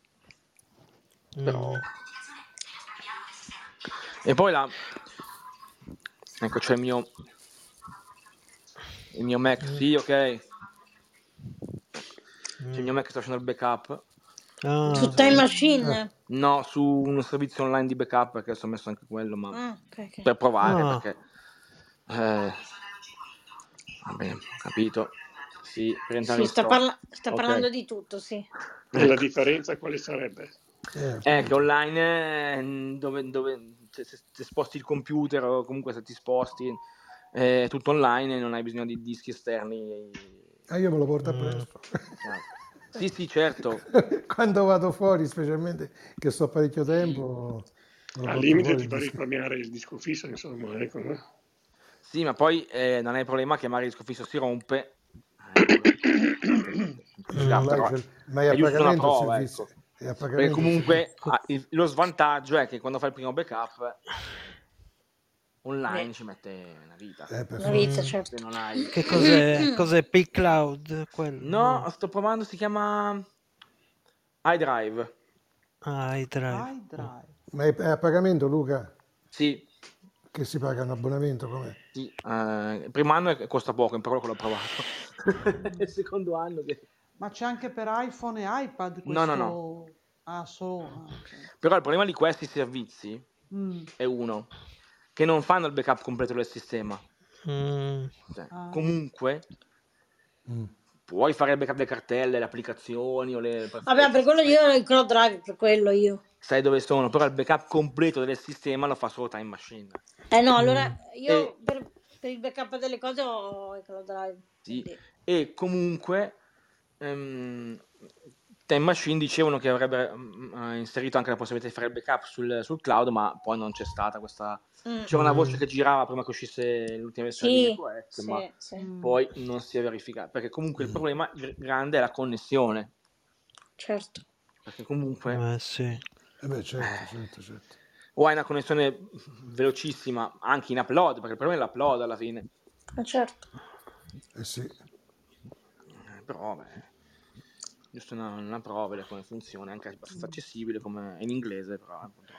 però e poi ecco c'è il mio Mac, sì, ok. C'è il mio Mac che sta facendo il backup. Su Time Machine? No, su un servizio online di backup, perché adesso ho messo anche quello, ma ok. per provare, perché va bene, ho capito. Sì, per entrare in Sta store. parlando di tutto, sì. E la differenza quale sarebbe? Che online dove se sposti il computer o comunque se ti sposti è tutto online e non hai bisogno di dischi esterni. Io me lo porto appresso. Sì, certo. Quando vado fuori, specialmente che sto parecchio tempo, me lo Al porto limite fuori ti il fa disco. risparmiare il disco fisso, insomma, ecco, no? Sì, ma poi non hai il problema che magari il disco fisso si rompe. Ma è a è giusto una pagamento il prova, servizio? ecco. È a Perché pagamento il servizio? comunque lo svantaggio è che quando fai il primo backup online ci mette una vita. Per Una vita, forza. certo. Se non hai... Che cos'è P-Cloud? No, sto provando, si chiama iDrive. iDrive. Ma è a pagamento, Luca? Sì. Che si paga un abbonamento? Com'è? Sì, il primo anno costa poco, per quello che l'ho provato. Il secondo anno che... Ma c'è anche per iPhone e iPad questo? No. Solo... Però il problema di questi servizi è uno, che non fanno il backup completo del sistema. Mm. Cioè, Ah. comunque Mm. puoi fare il backup delle cartelle, le applicazioni o le Vabbè, per quello io ho il Cloud Drive, per quello io. sai dove sono, però il backup completo del sistema lo fa solo Time Machine. No, allora io E per il backup delle cose ho il Cloud Drive. sì, Quindi. e comunque Time Machine dicevano che avrebbe inserito anche la possibilità di fare il backup sul cloud, ma poi non c'è stata questa. C'era una voce che girava prima che uscisse l'ultima versione di Sì, macOS, sì, ma sì. poi non si è verificato, perché comunque il problema grande è la connessione, Certo. perché comunque Sì. Beh, certo. o hai una connessione velocissima anche in upload, perché il problema è l'upload alla fine. Certo. Sì. Però giusto una prova, vedere come funziona, anche abbastanza accessibile come in inglese, però purtroppo.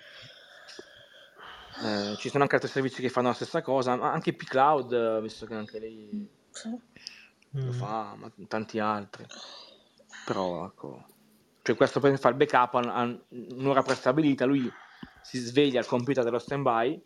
Ci sono anche altri servizi che fanno la stessa cosa, ma anche pCloud, visto che anche lei lo fa, ma tanti altri. Però ecco, cioè questo per fare il backup a un'ora prestabilita, lui si sveglia al computer dello standby,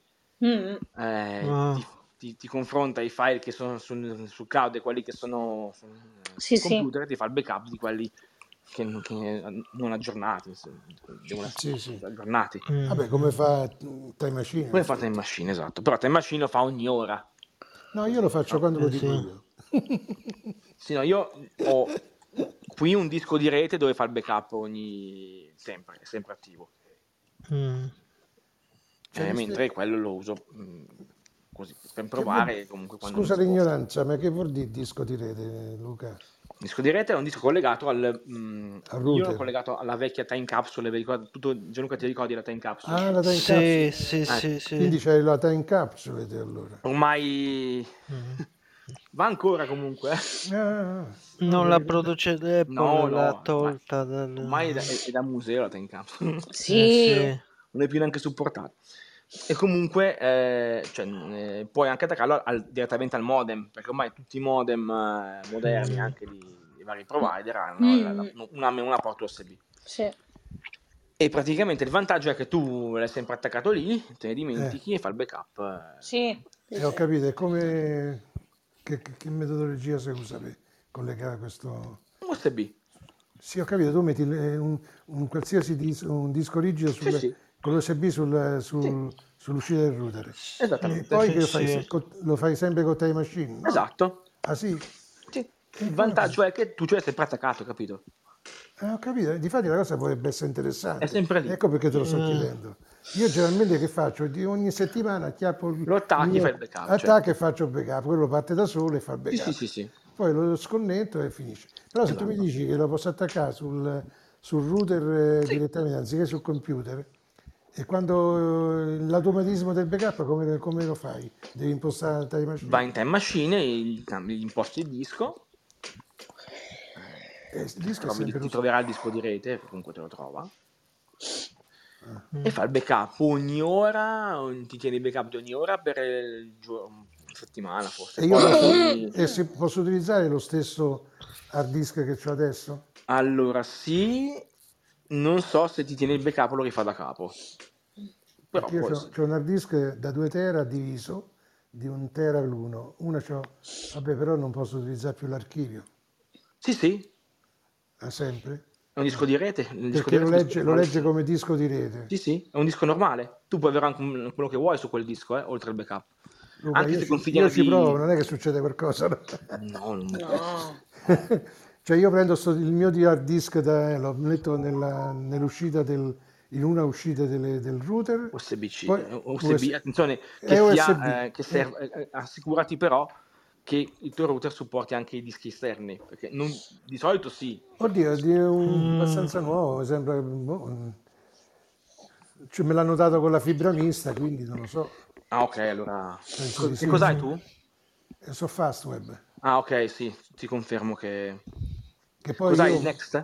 ti confronta i file che sono sul cloud e quelli che sono sul computer e ti fa il backup di quelli che non aggiornati, devono essere aggiornati. Vabbè, come fa Time Machine? Come fa Time Machine, esatto. Però Time Machine lo fa ogni ora. No, io lo faccio quando lo dico io. Sì, no, io ho qui un disco di rete dove fa il backup sempre, è sempre attivo. Mentre quello lo uso così per provare comunque quando Scusa l'ignoranza, ma che vuol dire disco di rete, Luca? Il disco di rete è un disco collegato al router. io l'ho collegato alla vecchia time capsule, Gianluca ti ricordi la time capsule? Ah, la time capsule. Sì. Quindi c'hai la time capsule te allora. Ormai va ancora comunque. Non la produce Apple, No, l'ha tolta ormai è da museo la time capsule. Sì. Non è più neanche supportata. E comunque puoi anche attaccarlo direttamente al modem, perché ormai tutti i modem moderni, anche di vari provider, hanno una porta USB. Sì. E praticamente il vantaggio è che tu l'hai sempre attaccato lì, te ne dimentichi e fa il backup. Sì. Ho capito, è come che metodologia si usa per collegare questo USB. Sì, ho capito, tu metti un qualsiasi un disco rigido con l'USB sull'uscita del router. Esattamente. E poi lo fai sempre con Time Machine, no? Esatto. Ah sì? Sì. Il vantaggio è che tu ce l'hai sempre attaccato, capito? Ho capito, difatti la cosa potrebbe essere interessante. È sempre lì. Ecco perché te lo sto chiedendo. Io generalmente che faccio? Ogni settimana acchiappo lo attacchi, fai il backup. Attacco e faccio il backup, quello parte da solo e fa il backup. Sì. Poi lo sconnetto e finisce. Però se tu mi dici che lo posso attaccare sul router direttamente, anziché sul computer, e quando l'automatismo del backup come lo fai? Devi impostare la Time Machine? Vai in Time Machine, gli imposti il disco, ti troverà il disco di rete, comunque te lo trova, e fa il backup ogni ora, ti tieni il backup di ogni ora per una settimana forse. E posso utilizzare lo stesso hard disk che ho adesso? Allora sì, non so se ti tiene il backup lo rifà da capo. Però io ho un hard disk da 2 tera diviso di 1 tera l'uno. Vabbè, però non posso utilizzare più l'archivio. Sì. Sempre? È un disco di rete. Perché lo legge come disco di rete. Sì, è un disco normale. Tu puoi avere anche quello che vuoi su quel disco, oltre al backup. Luca, anche io ci provo, non è che succede qualcosa. No. Cioè io prendo il mio hard disk, lo metto nell'uscita in una uscita del router. USB, attenzione, che serve, assicurati però che il tuo router supporti anche i dischi esterni, perché di solito sì. Oddio, è abbastanza nuovo, sembra. Cioè, me l'hanno dato con la fibra mista, quindi non lo so. Ah, ok, allora. Che cos'hai tu? So Fastweb. Ah, ok, sì, ti confermo che poi cos'hai il Next?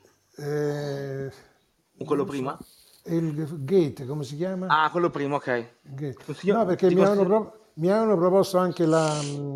Quello prima? Il Gate, come si chiama? Ah, quello prima, ok. No, perché mi avevano proposto anche la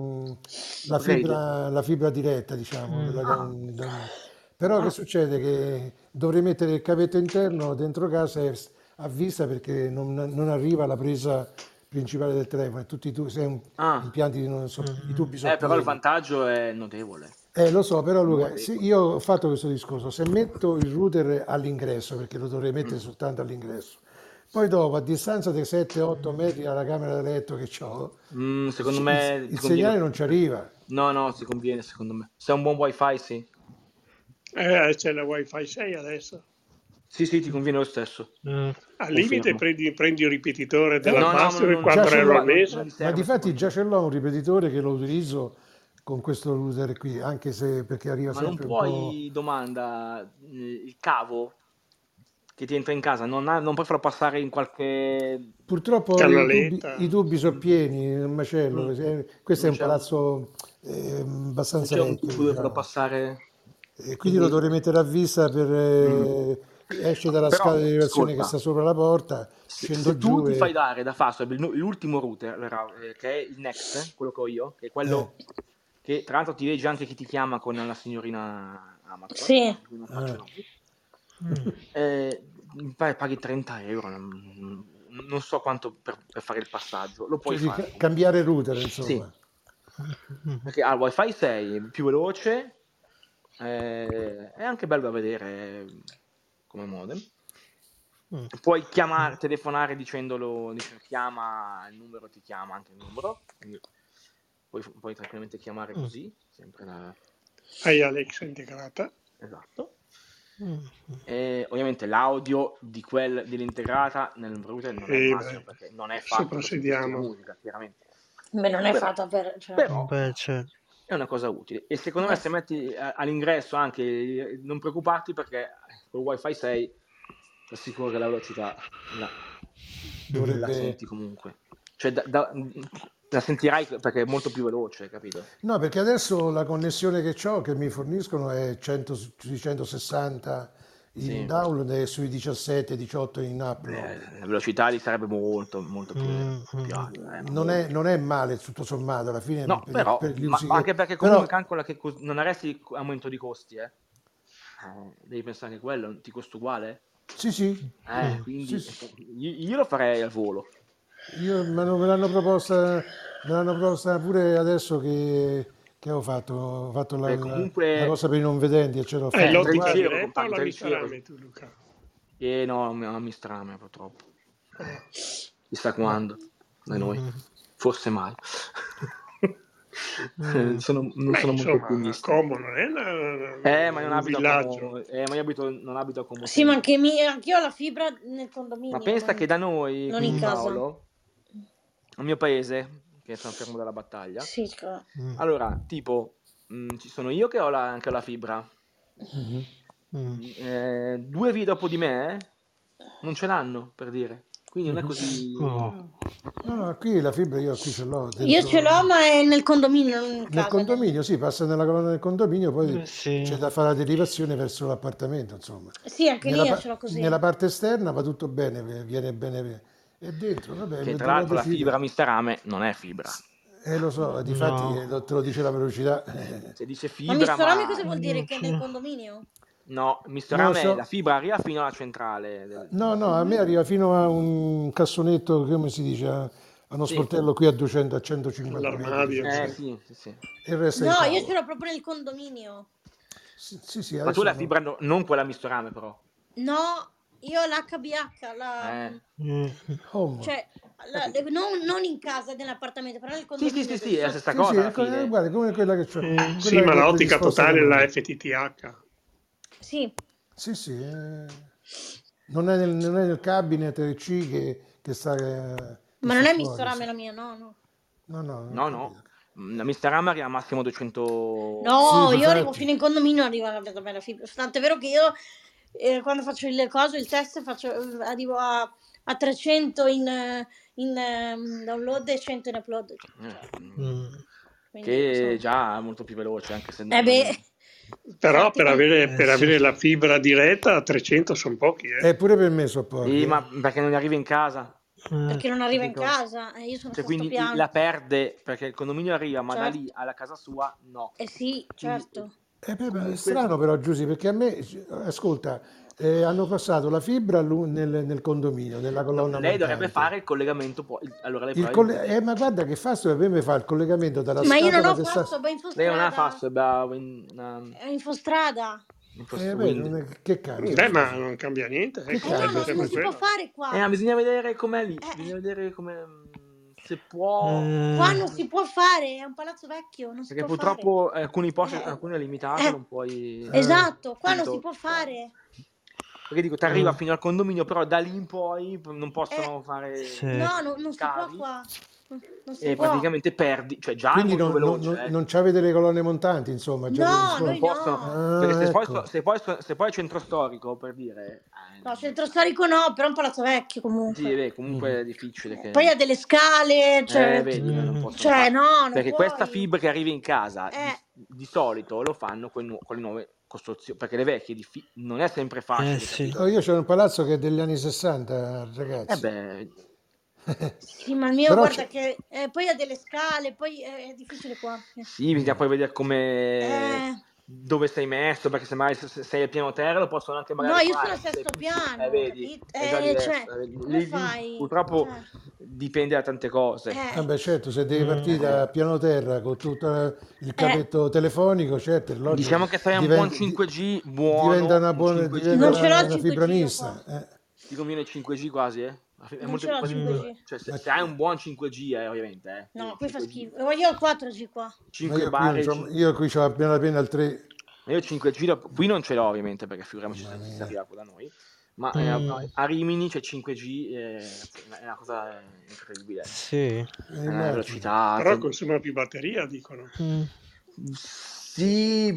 fibra diretta, diciamo. Però che succede? Che dovrei mettere il cavetto interno dentro casa a vista perché non arriva la presa principale del telefono, e tutti i tubi, impianti, non so, i tubi però il sottopiedi. vantaggio è notevole. Lo so, però Luca, io ho fatto questo discorso, se metto il router all'ingresso, perché lo dovrei mettere soltanto all'ingresso, poi dopo a distanza di 7-8 metri dalla camera da letto che ho, secondo me il segnale non ci arriva. No, si conviene secondo me. Se è un buon wifi, sì. C'è la Wi-Fi 6 adesso. Sì, ti conviene lo stesso. Al limite prendi il ripetitore della No, Master non 4 euro al non mese. gli Ma serve, difatti secondo già me. ce l'ho un ripetitore che lo utilizzo con questo router qui, anche se perché arriva Ma non sempre un po'. puoi, domanda, il cavo che ti entra in casa, non puoi farlo passare in qualche... Purtroppo Canaletta. i tubi sono pieni, il macello. Questo è Non un c'è palazzo non abbastanza c'è un vecchio, tubo dove farlo diciamo. passare... E quindi lo dovrei mettere a vista esce dalla Però, scala di elevazione che ascolta, sta sopra la porta, scendo se tu giù ti e... fai dare da Fastweb l'ultimo router, che è il Next, quello che ho io, che è quello che tra l'altro ti legge anche chi ti chiama con la signorina Amazon, Sì. non faccio nomi. Mi pare paghi 30 euro, non so quanto per fare il passaggio, lo puoi Cioè, di fare. cambiare router, insomma. Sì, perché al wifi 6 più veloce, è anche bello da vedere come modem. Puoi telefonare dicendolo, chiama il numero, ti chiama anche il numero, quindi puoi tranquillamente chiamare così, sempre Hai Alexa integrata. Esatto. E ovviamente l'audio dell'integrata nel router non è il massimo, perché non è fatto per sentirsi la musica, chiaramente. Beh, non è fatta per... Però è una cosa utile. E secondo me se metti all'ingresso anche, non preoccuparti, perché col wifi 6 ti assicuro che la velocità la senti comunque. Cioè la sentirai perché è molto più veloce, capito? No, perché adesso la connessione che ho, che mi forniscono, è 160 in download e sui 17-18 in upload. La velocità lì sarebbe molto, molto più alta. Non è male tutto sommato, alla fine. No, però, gli ma usi anche perché comunque calcola che non avresti aumento di costi, devi pensare che quello ti costa uguale. Sì. Quindi io lo farei al volo. Me l'hanno proposta pure adesso che ho fatto la cosa per i non vedenti e ce l'ho fatta. L'ottica diretta o la Mistrame tu, Luca? No, la Mistrame purtroppo. Chissà quando, da noi. Forse mai. Non sono molto ottimista. Como non è ma non un abito villaggio. ma io non abito a Como. Sì, ma anch'io ho la fibra nel condominio. Ma pensa che da noi, non qui in casa. Paolo, al mio paese, che è San Fermo della Battaglia, sì, allora, tipo, ci sono io che ho anche la fibra. 2 vie dopo di me non ce l'hanno, per dire. Quindi non è così... No, qui la fibra io qui ce l'ho. Io ce l'ho, ma è nel condominio, non in casa. Nel condominio, sì, passa nella colonna del condominio, poi c'è da fare la derivazione verso l'appartamento, insomma. Sì, anche lì ce l'ho così. Nella parte esterna va tutto bene, viene bene. E dentro, vabbè... Che tra l'altro la fibra Mistrame non è fibra. Lo so, difatti te lo dice la velocità. Se dice fibra, ma Mistrame cosa vuol dire? Che è nel condominio? No, Mistrame, la fibra arriva fino alla centrale. No, a me arriva fino a un cassonetto, come si dice, a uno sportello qui a 200, a 150 metri. Sì. Il resto no, io ce l'ho proprio nel condominio. Sì, ma tu la fibra non quella Mistrame, però. No, io ho l'HBH, cioè non in casa, nell'appartamento, però nel condominio. Sì, è la stessa cosa. È uguale, come quella che c'ho. Sì, ma l'ottica totale è la FTTH. Sì. Sì. Non è nel cabinet C che sta... ma non è Mistrame la mia, no. No. La Mistrame arriva al massimo 200... No, io arrivo fino in condominio, arriva la fibra. Tanto è vero che io quando faccio il test arrivo a 300 in download e 100 in upload. Che già è molto più veloce, anche se... Però per avere la fibra diretta a 300 sono pochi. Pure per me sono pochi. Sì, ma perché non arriva in casa? Perché non arriva in casa, io sono quindi piano. la perde perché il condominio arriva, ma da lì alla casa sua no. Sì, certo. Beh, ma è Comunque, strano però Giusy, perché a me, ascolta, hanno passato la fibra nel condominio, nella no, colonna lei dovrebbe fare montante. il collegamento poi. Allora lei probabilmente Ma guarda che fa, per me fa il collegamento dalla Ma io non scatola ho che sta... fatto, ma lei non ha infostrada. fast, ha in, È infostrada. beh, Wind. che cambia, Beh, ma scusa? non cambia niente, Che No, cambia, continua sempre non si scusa? può quello. fare qua. Bisogna vedere com'è lì, Eh, bisogna vedere come se può, qua non si può fare, è un palazzo vecchio, non si perché può fare. purtroppo alcuni posti, Eh, alcune limitate, non puoi esatto, qua non si subito può fare. fare. Perché dico, ti arriva fino al condominio, però da lì in poi non possono fare Sì. No, non si può scavi qua. Non si e può. praticamente perdi, cioè già è Quindi molto veloce, non c'avete le colonne montanti, insomma, già che No, non noi possono, no. perché Ah, ecco. se poi è centro storico, per dire, No, centro storico no, però è un palazzo vecchio sì, comunque. beh, comunque è difficile Poi ha che... delle scale, cioè, Vedi, non possono cioè fare. no, non Perché questa puoi. fibra che arriva in casa Eh, di solito lo fanno con le nuove costruzioni, perché le vecchie non è sempre facile, sì. capito? Oh, io c'ho un palazzo che è degli anni 60, Eh ragazzi. beh, sì, ma il mio Però guarda che poi ha delle scale, poi è difficile qua. sì, bisogna poi vedere come dove sei messo, perché se magari se sei al piano terra lo possono anche No, magari io sono fare, al se sei sesto più su, piano, vedi, capito? è già diverso. Cioè, come Lì fai? purtroppo Cioè, dipende da tante cose. Vabbè, certo, se devi partire da piano terra con tutto il cavetto telefonico, certo, è logico, Diciamo che se hai un buon 5G diventa buono, un 5G diventa non ce l'ho il una 5G io qua. fibronista. ti conviene il 5G quasi, eh? È Non molto, ce l'ho il quasi 5G. cioè se hai un buon 5G, ovviamente, No, il qui fa 5G, schifo. Io ho il 4G qua. Ma 5 io qui, non bare, c'ho, io qui c'ho appena appena il 3. io il 5G qui non ce l'ho ovviamente, perché figuriamoci Mamma se si mia. arriva qua da noi, ma a Rimini c'è 5G, è una cosa incredibile, Sì. è una Immagino. velocità, Però consuma più batteria, dicono. sì,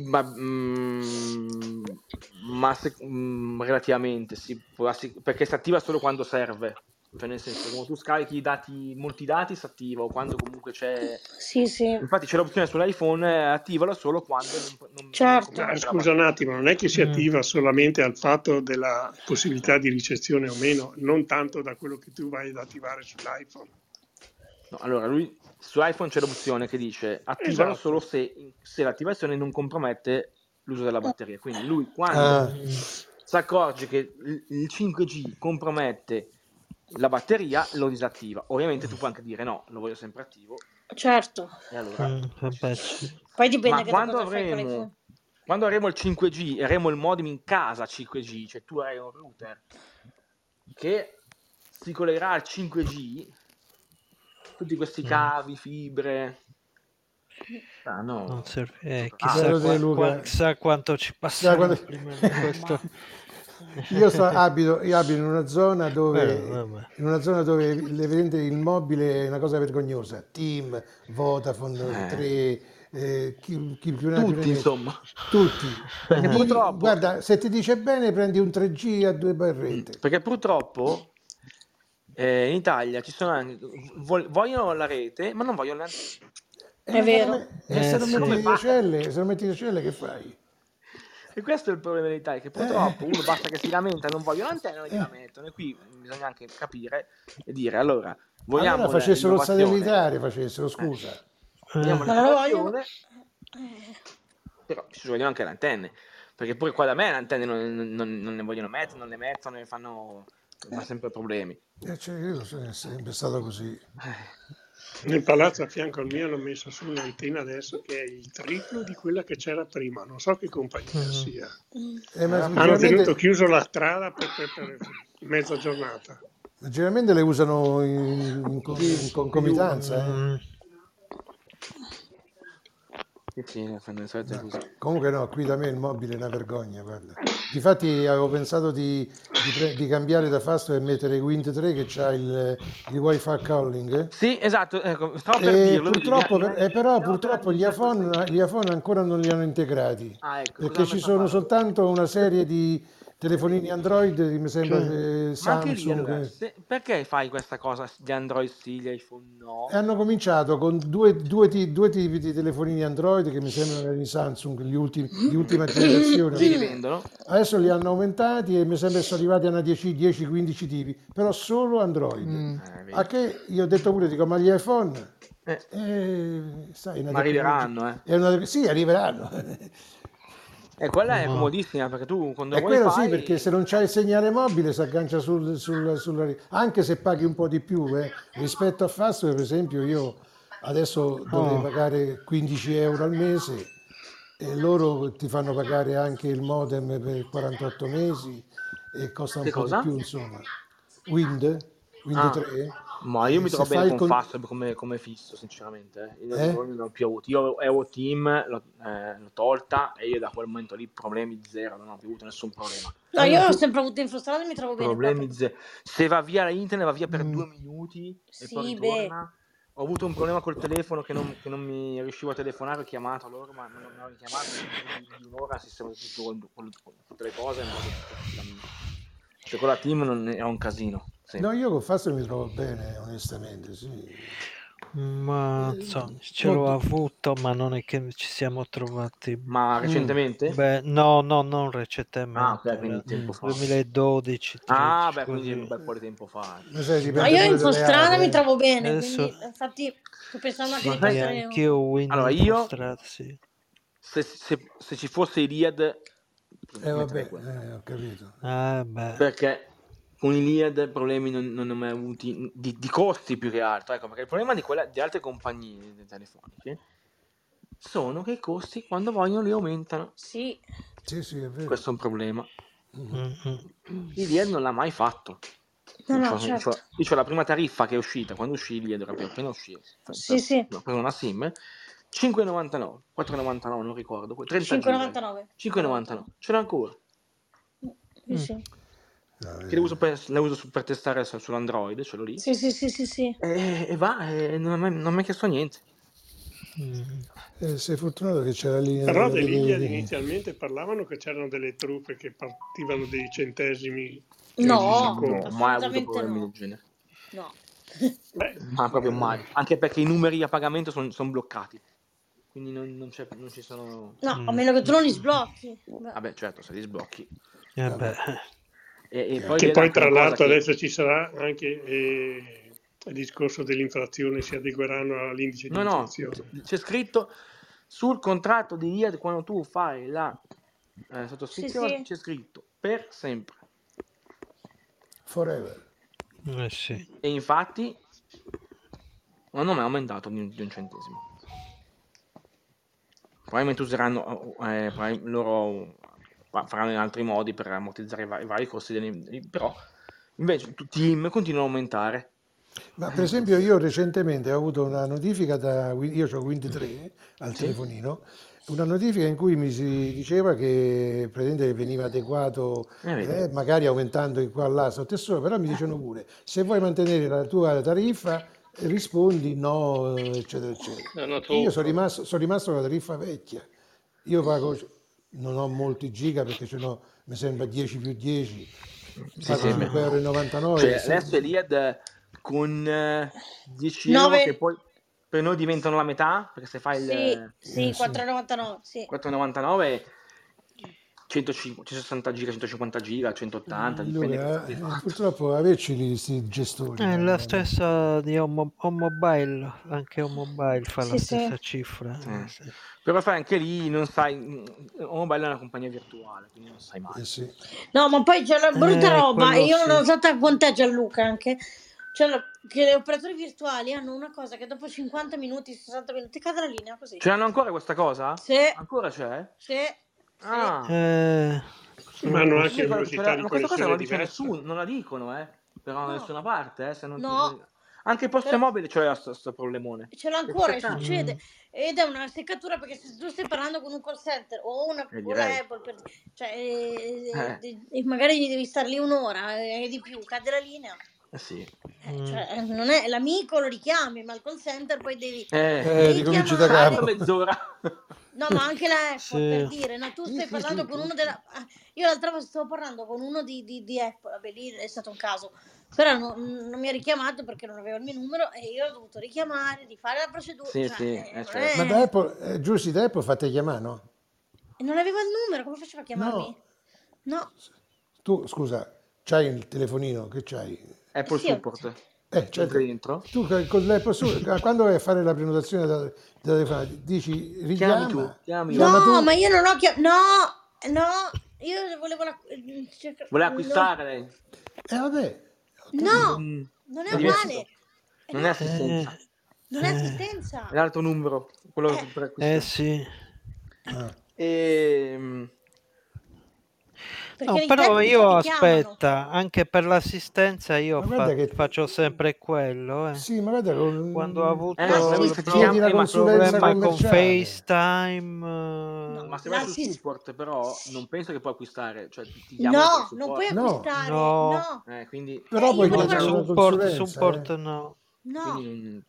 relativamente sì, perché si attiva solo quando serve, cioè nel senso, quando tu scarichi molti dati si attiva, o quando comunque c'è, Sì, sì. infatti c'è l'opzione sull'iPhone, attivalo solo quando non Certo. compromette la Scusa un batteria. attimo, non è che si attiva solamente al fatto della possibilità di ricezione o meno, non tanto da quello che tu vai ad attivare sull'iPhone. No, allora lui su iPhone c'è l'opzione che dice attivalo Esatto. solo se l'attivazione non compromette l'uso della batteria, quindi lui quando si accorge che il 5G compromette la batteria lo disattiva. Ovviamente tu puoi anche dire no, lo voglio sempre attivo, Certo. e allora Poi dipende ma che cosa fai con l'iPhone. quando avremo il 5G e avremo il modem in casa 5G, cioè tu hai un router che si collegherà al 5G, tutti questi cavi, fibre, no, Non serve. Spero te, Luca. Chissà quanto ci passerà prima di questo. Io abito in una zona dove vedete, il mobile è una cosa vergognosa. TIM, Vodafone, 3, chi più ne ha più ne tutti metta. insomma. Tutti. Perché purtroppo, Guarda, se ti dice bene prendi un 3G a 2 barrette. perché purtroppo in Italia ci sono anche vogliono la rete, ma non vogliono l'antenna. È vero. Se non Come metti le celle, che fai? E questo è il problema dell'Italia, che purtroppo uno basta che si lamenta, non voglio l'antenna, non gliela mettono. E qui bisogna anche capire e dire, allora, vogliamo Allora facessero il l'innovazione, satellitare, scusa. vogliamo Ma non lo vogliono. l'innovazione, però ci vogliono anche le antenne, perché pure qua da me le antenne non ne vogliono mettere, non le mettono e fanno sempre problemi. Io è sempre stato così. Nel palazzo a fianco al mio hanno messo su un'antenna adesso che è il triplo di quella che c'era prima, non so che compagnia sia. Hanno tenuto chiuso la strada per mezza giornata. Generalmente le usano in concomitanza. Sì, fanno le solite cose. Comunque no, qui da me il mobile è una vergogna, guarda. Difatti avevo pensato di cambiare da Fastweb e mettere Wind 3 che c'ha il Wi-Fi calling. Sì, esatto, ecco, stavo per dirlo. Però purtroppo gli iPhone ancora non li hanno integrati, perché ci sono soltanto una serie di telefonini Android, mi sembra Ma anche lì, allora, Samsung. perché fai questa cosa di Android sì, gli iPhone no? Hanno cominciato con due tipi di telefonini Android che mi sembrano di Samsung, di ultima generazione. Li rivendono? Adesso li hanno aumentati e mi sembra che sono arrivati a una 10-15 tipi, però solo Android. A che io ho detto pure, dico, ma gli iPhone? Ma arriveranno, arriveranno, Sì, arriveranno. E quella è No. comodissima perché tu quando E vuoi quello fai... sì, perché se non c'hai il segnale mobile si aggancia anche se paghi un po' di più, rispetto a Fastweb, per esempio, io adesso dovrei Oh, pagare 15 euro al mese e loro ti fanno pagare anche il modem per 48 mesi e costa un Che po' di cosa? più, insomma. Wind Ah, 3, ma io mi se trovo bene fai il con Fastweb come fisso, sinceramente. Io eh? problemi non ho più avuto. Io avevo Team, l'ho tolta e io da quel momento lì problemi zero, non ho più avuto nessun problema. No, No, io ho tu, sempre avuto Infostrada e mi trovo bene qua. Problemi zero. Se va via la internet, va via per 2 mm, minuti e poi Sì, beh. ritorna. Ho avuto un problema col telefono che non mi riuscivo a telefonare, ho chiamato loro, ma non mi avevano chiamato, nel giro di un'ora si sistemato tutto con tutte le cose e è andato tutto tranquillamente. Cioè con la Team non era un casino, no, sempre. io con Fastweb mi trovo bene, onestamente, sì. ma insomma, ce l'ho Molto, avuto, ma non è che ci siamo trovati. Ma recentemente? Beh, no, non Ah, recentemente, ok, quindi tempo fa. 2012, Ah, 13, beh, quindi è un così. bel po' di tempo fa. ma sai, No, dipende io pure dalle Infostrada mi aree. trovo bene, Adesso quindi infatti sto pensando anche sì, di passare... anch'io Allora, io, Infostrada, sì. se ci fosse Iliad, metterei Vabbè, quella. ho capito. Beh, Perché con Iliad problemi non ne ho mai avuti, di costi più che altro. Ecco, perché il problema di altre compagnie telefoniche sono che i costi, quando vogliono, li aumentano. Sì. Sì, sì, è vero. Questo è un problema. mhm. Iliad non l'ha mai fatto. No, Io no, c'ho, certo. io c'ho la prima tariffa che è uscita, quando uscì Iliad, era appena uscire. Sì, sì. Ho preso una SIM, 5,99, 4,99 non ricordo, 30 giga, 5,99. 5,99, ce l'ho ancora, Sì, sì. No, che la uso per testare sull'Android, ce l'ho lì, Sì, sì, sì, sì, sì. e va, e non mi ha chiesto niente. sei fortunato che c'è la linea Però della dell'Iliad inizialmente parlavano che c'erano delle truffe che partivano dei centesimi No, secondo. No, mai avuto assolutamente problemi no. del genere, No. Beh, ma proprio mai, anche perché i numeri a pagamento sono bloccati, quindi non ci sono... No, a meno che tu non li sblocchi. Beh. Vabbè, certo, se li sblocchi. Beh. E poi che vedo poi anche tra una cosa l'altro che... adesso ci sarà anche il discorso dell'inflazione, si adegueranno all'indice di No, inflazione. c'è scritto sul contratto di IAD quando tu fai la Sì, sottoscrizione, sì. c'è scritto per sempre. Forever. Sì. E infatti non è aumentato di un centesimo. Probabilmente useranno, loro faranno in altri modi per ammortizzare i vari costi, però invece Team continua a aumentare. Ma per esempio io recentemente ho avuto una notifica io ho Wind 3 al Sì? telefonino, una notifica in cui mi si diceva che praticamente veniva adeguato, Vedi? magari aumentando in qua là sotto e sopra, però mi dicevano pure, se vuoi mantenere la tua tariffa rispondi no, eccetera, eccetera. È una E io sono truffa. rimasto con la tariffa vecchia. Io pago, non ho molti giga perché ce n'ho, mi sembra 10 più 10, Sì, pago sì, 5,99 cioè, euro. adesso Eliad con 10 euro 9. che poi per noi diventano la metà, perché se fai Sì, il sì, Sì. 4,99. Sì. 4,99 150 giga, 150 giga, 180, dipende cosa Luca, vuoi fare. purtroppo averci questi gestori. È la no? stessa di Home Mobile, anche Home Mobile fa la Sì, sì. stessa cifra. Sì. Però fai anche lì, non sai, Mobile è una compagnia virtuale, quindi non sai mai. Sì. No, ma poi c'è la brutta roba, Quello io non ho sì. usato con te Gianluca anche, che le operatori virtuali hanno una cosa che dopo 50 minuti, 60 minuti cade la linea così. Ce l'hanno ancora questa cosa? Sì. Ancora c'è? Sì. Ah. Ma hanno anche Sì, velocità di ma questa cosa non connessione la dice diversa. nessuno, non la dicono, però da No. nessuna parte, se non... No. Anche Poste Però- Mobile c'è sto problemone. Ce l'ho ancora e succede. Ed è una seccatura perché se tu stai parlando con un call center o una direi. Apple, magari devi star lì un'ora e di più, cade la linea. Sì. Cioè, non è l'amico, lo richiami, ma il call center poi devi ricominci da richiamare. capo. Mezz'ora. No, ma anche la Apple, Sì. per dire, no, tu stai parlando con uno della... Io l'altra volta stavo parlando con uno di Apple, vabbè, lì è stato un caso, però non mi ha richiamato perché non aveva il mio numero e io ho dovuto richiamare, rifare la procedura. Certo. Ma da Apple, Giussi, da Apple fate chiamare, no? E non aveva il numero, come faceva a chiamarmi? No. Tu, scusa, c'hai il telefonino, che c'hai? Apple Sì, Support. Certo. Dentro. Tu con l'Apple Support, quando vai a fare la prenotazione da telefonata, dici richiama, Chiami chiama no, tu. ma io non ho chiamato. No! No, io volevo Voleva acquistare lei? Vabbè. No, Mm. non è È diverso. uguale. Non è assistenza. Non è assistenza. È l'altro numero, quello per acquistare. sì. Perché No, i però tecnici io ti chiamano. aspetta, anche per l'assistenza io Ma guarda che- faccio sempre quello. Sì, ma guarda, Quando ho avuto sì, chiedi la consulenza problema con commerciale. FaceTime, Ma se vai sul support, però, non penso che puoi acquistare, cioè ti chiamano per il No, non puoi supporto. acquistare. No. No. Quindi Però io puoi volevo chiedere una support consulenza. no. No. Quindi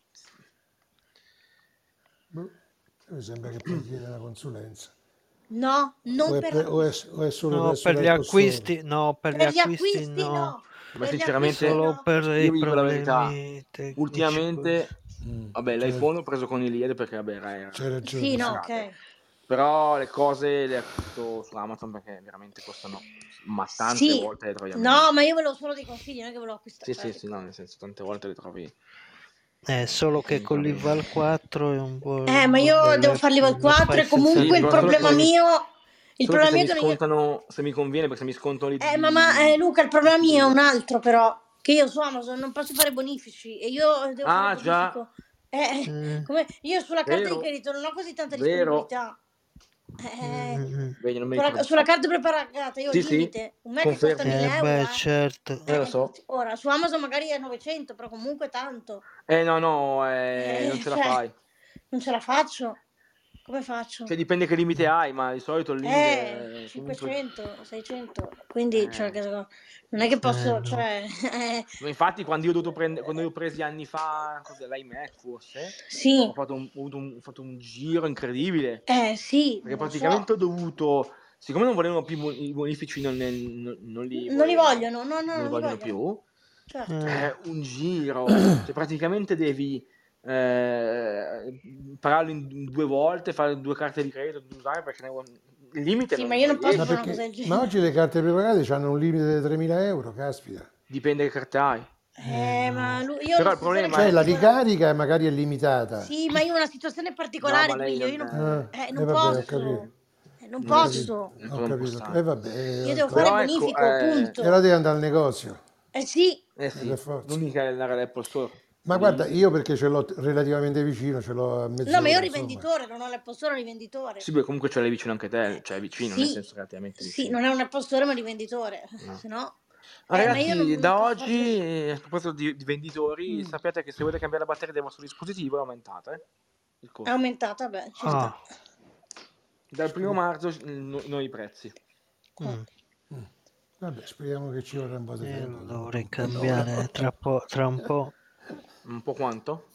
Mi sembra che puoi chiedere una consulenza. No, non O è, per o è solo No, presso per gli l'Apple Store? acquisti, no, per gli acquisti no. Ma Per gli sinceramente, acquisti Solo no. per io i vi dico la verità, problemi tecnici. ultimamente, vabbè, c'è l'iPhone ho preso con il IED perché vabbè, era C'è ragione. Sì, no, pagate. ok. Però le cose le acquisto su Amazon perché veramente costano, ma tante Sì. volte le trovi a meno. No, ma io volevo solo dei consigli, non è che volevo acquistare. Sì, no, nel senso, tante volte le trovi. Solo che con l'Ival 4 è un po'. Ma io devo fare l'Ival 4 e comunque il problema mio. Il problema mio è che scontano, se mi conviene, perché se mi scontano lì. Luca, il problema mio è un altro, però. Che io su Amazon non posso fare bonifici e io devo fare bonifico. Come io sulla carta di credito non ho così tanta disponibilità. Sulla carta preparata io ho limite. Un Mac costa 1.000 euro. Certo. Lo so. Ora su Amazon magari è 900, però comunque tanto. No, non ce la fai. Non ce la faccio. Come faccio? Cioè dipende che limite hai, ma di solito il limite è 500, 600. Quindi non è che posso, Ma infatti quando io ho dovuto quando io ho presi anni fa l'iMac forse, sì. ho fatto un giro incredibile. Sì. Perché praticamente ho dovuto, siccome non volevano più i bonifici, non li vogliono, non li vogliono più. Certo. Un giro, cioè praticamente devi pagarlo in 2 volte, fare 2 carte di credito da usare perché il limite ma io non posso fare una cosa del genere. Ma oggi le carte preparate hanno un limite di 3.000 euro, caspita. Dipende che carte hai. Ma io però il problema è la ricarica magari è limitata. Sì, ma io ho una situazione particolare, io non posso. Non posso. Ho capito. Vabbè. Io devo fare bonifico, punto. E allora devi andare al negozio. Sì. L'unica è l'Apple Store. Ma guarda, io perché ce l'ho relativamente vicino, ce l'ho a mezz'ora. No, ma io ho rivenditore, non ho l'Apple Store, ho rivenditore. Sì, beh, comunque ce l'hai vicino anche te, cioè vicino, nel senso relativamente vicino. Sì, non è un Apple Store, ma rivenditore, se no... ragazzi, da oggi, a proposito di venditori, sappiate che se volete cambiare la batteria del vostro dispositivo è aumentata, il costo. È aumentata, beh, ci sta. Dal 1 marzo i prezzi. Vabbè, speriamo che ci vorrà un po' di tempo. Lo dovrei cambiare tra un po'. Un po' quanto?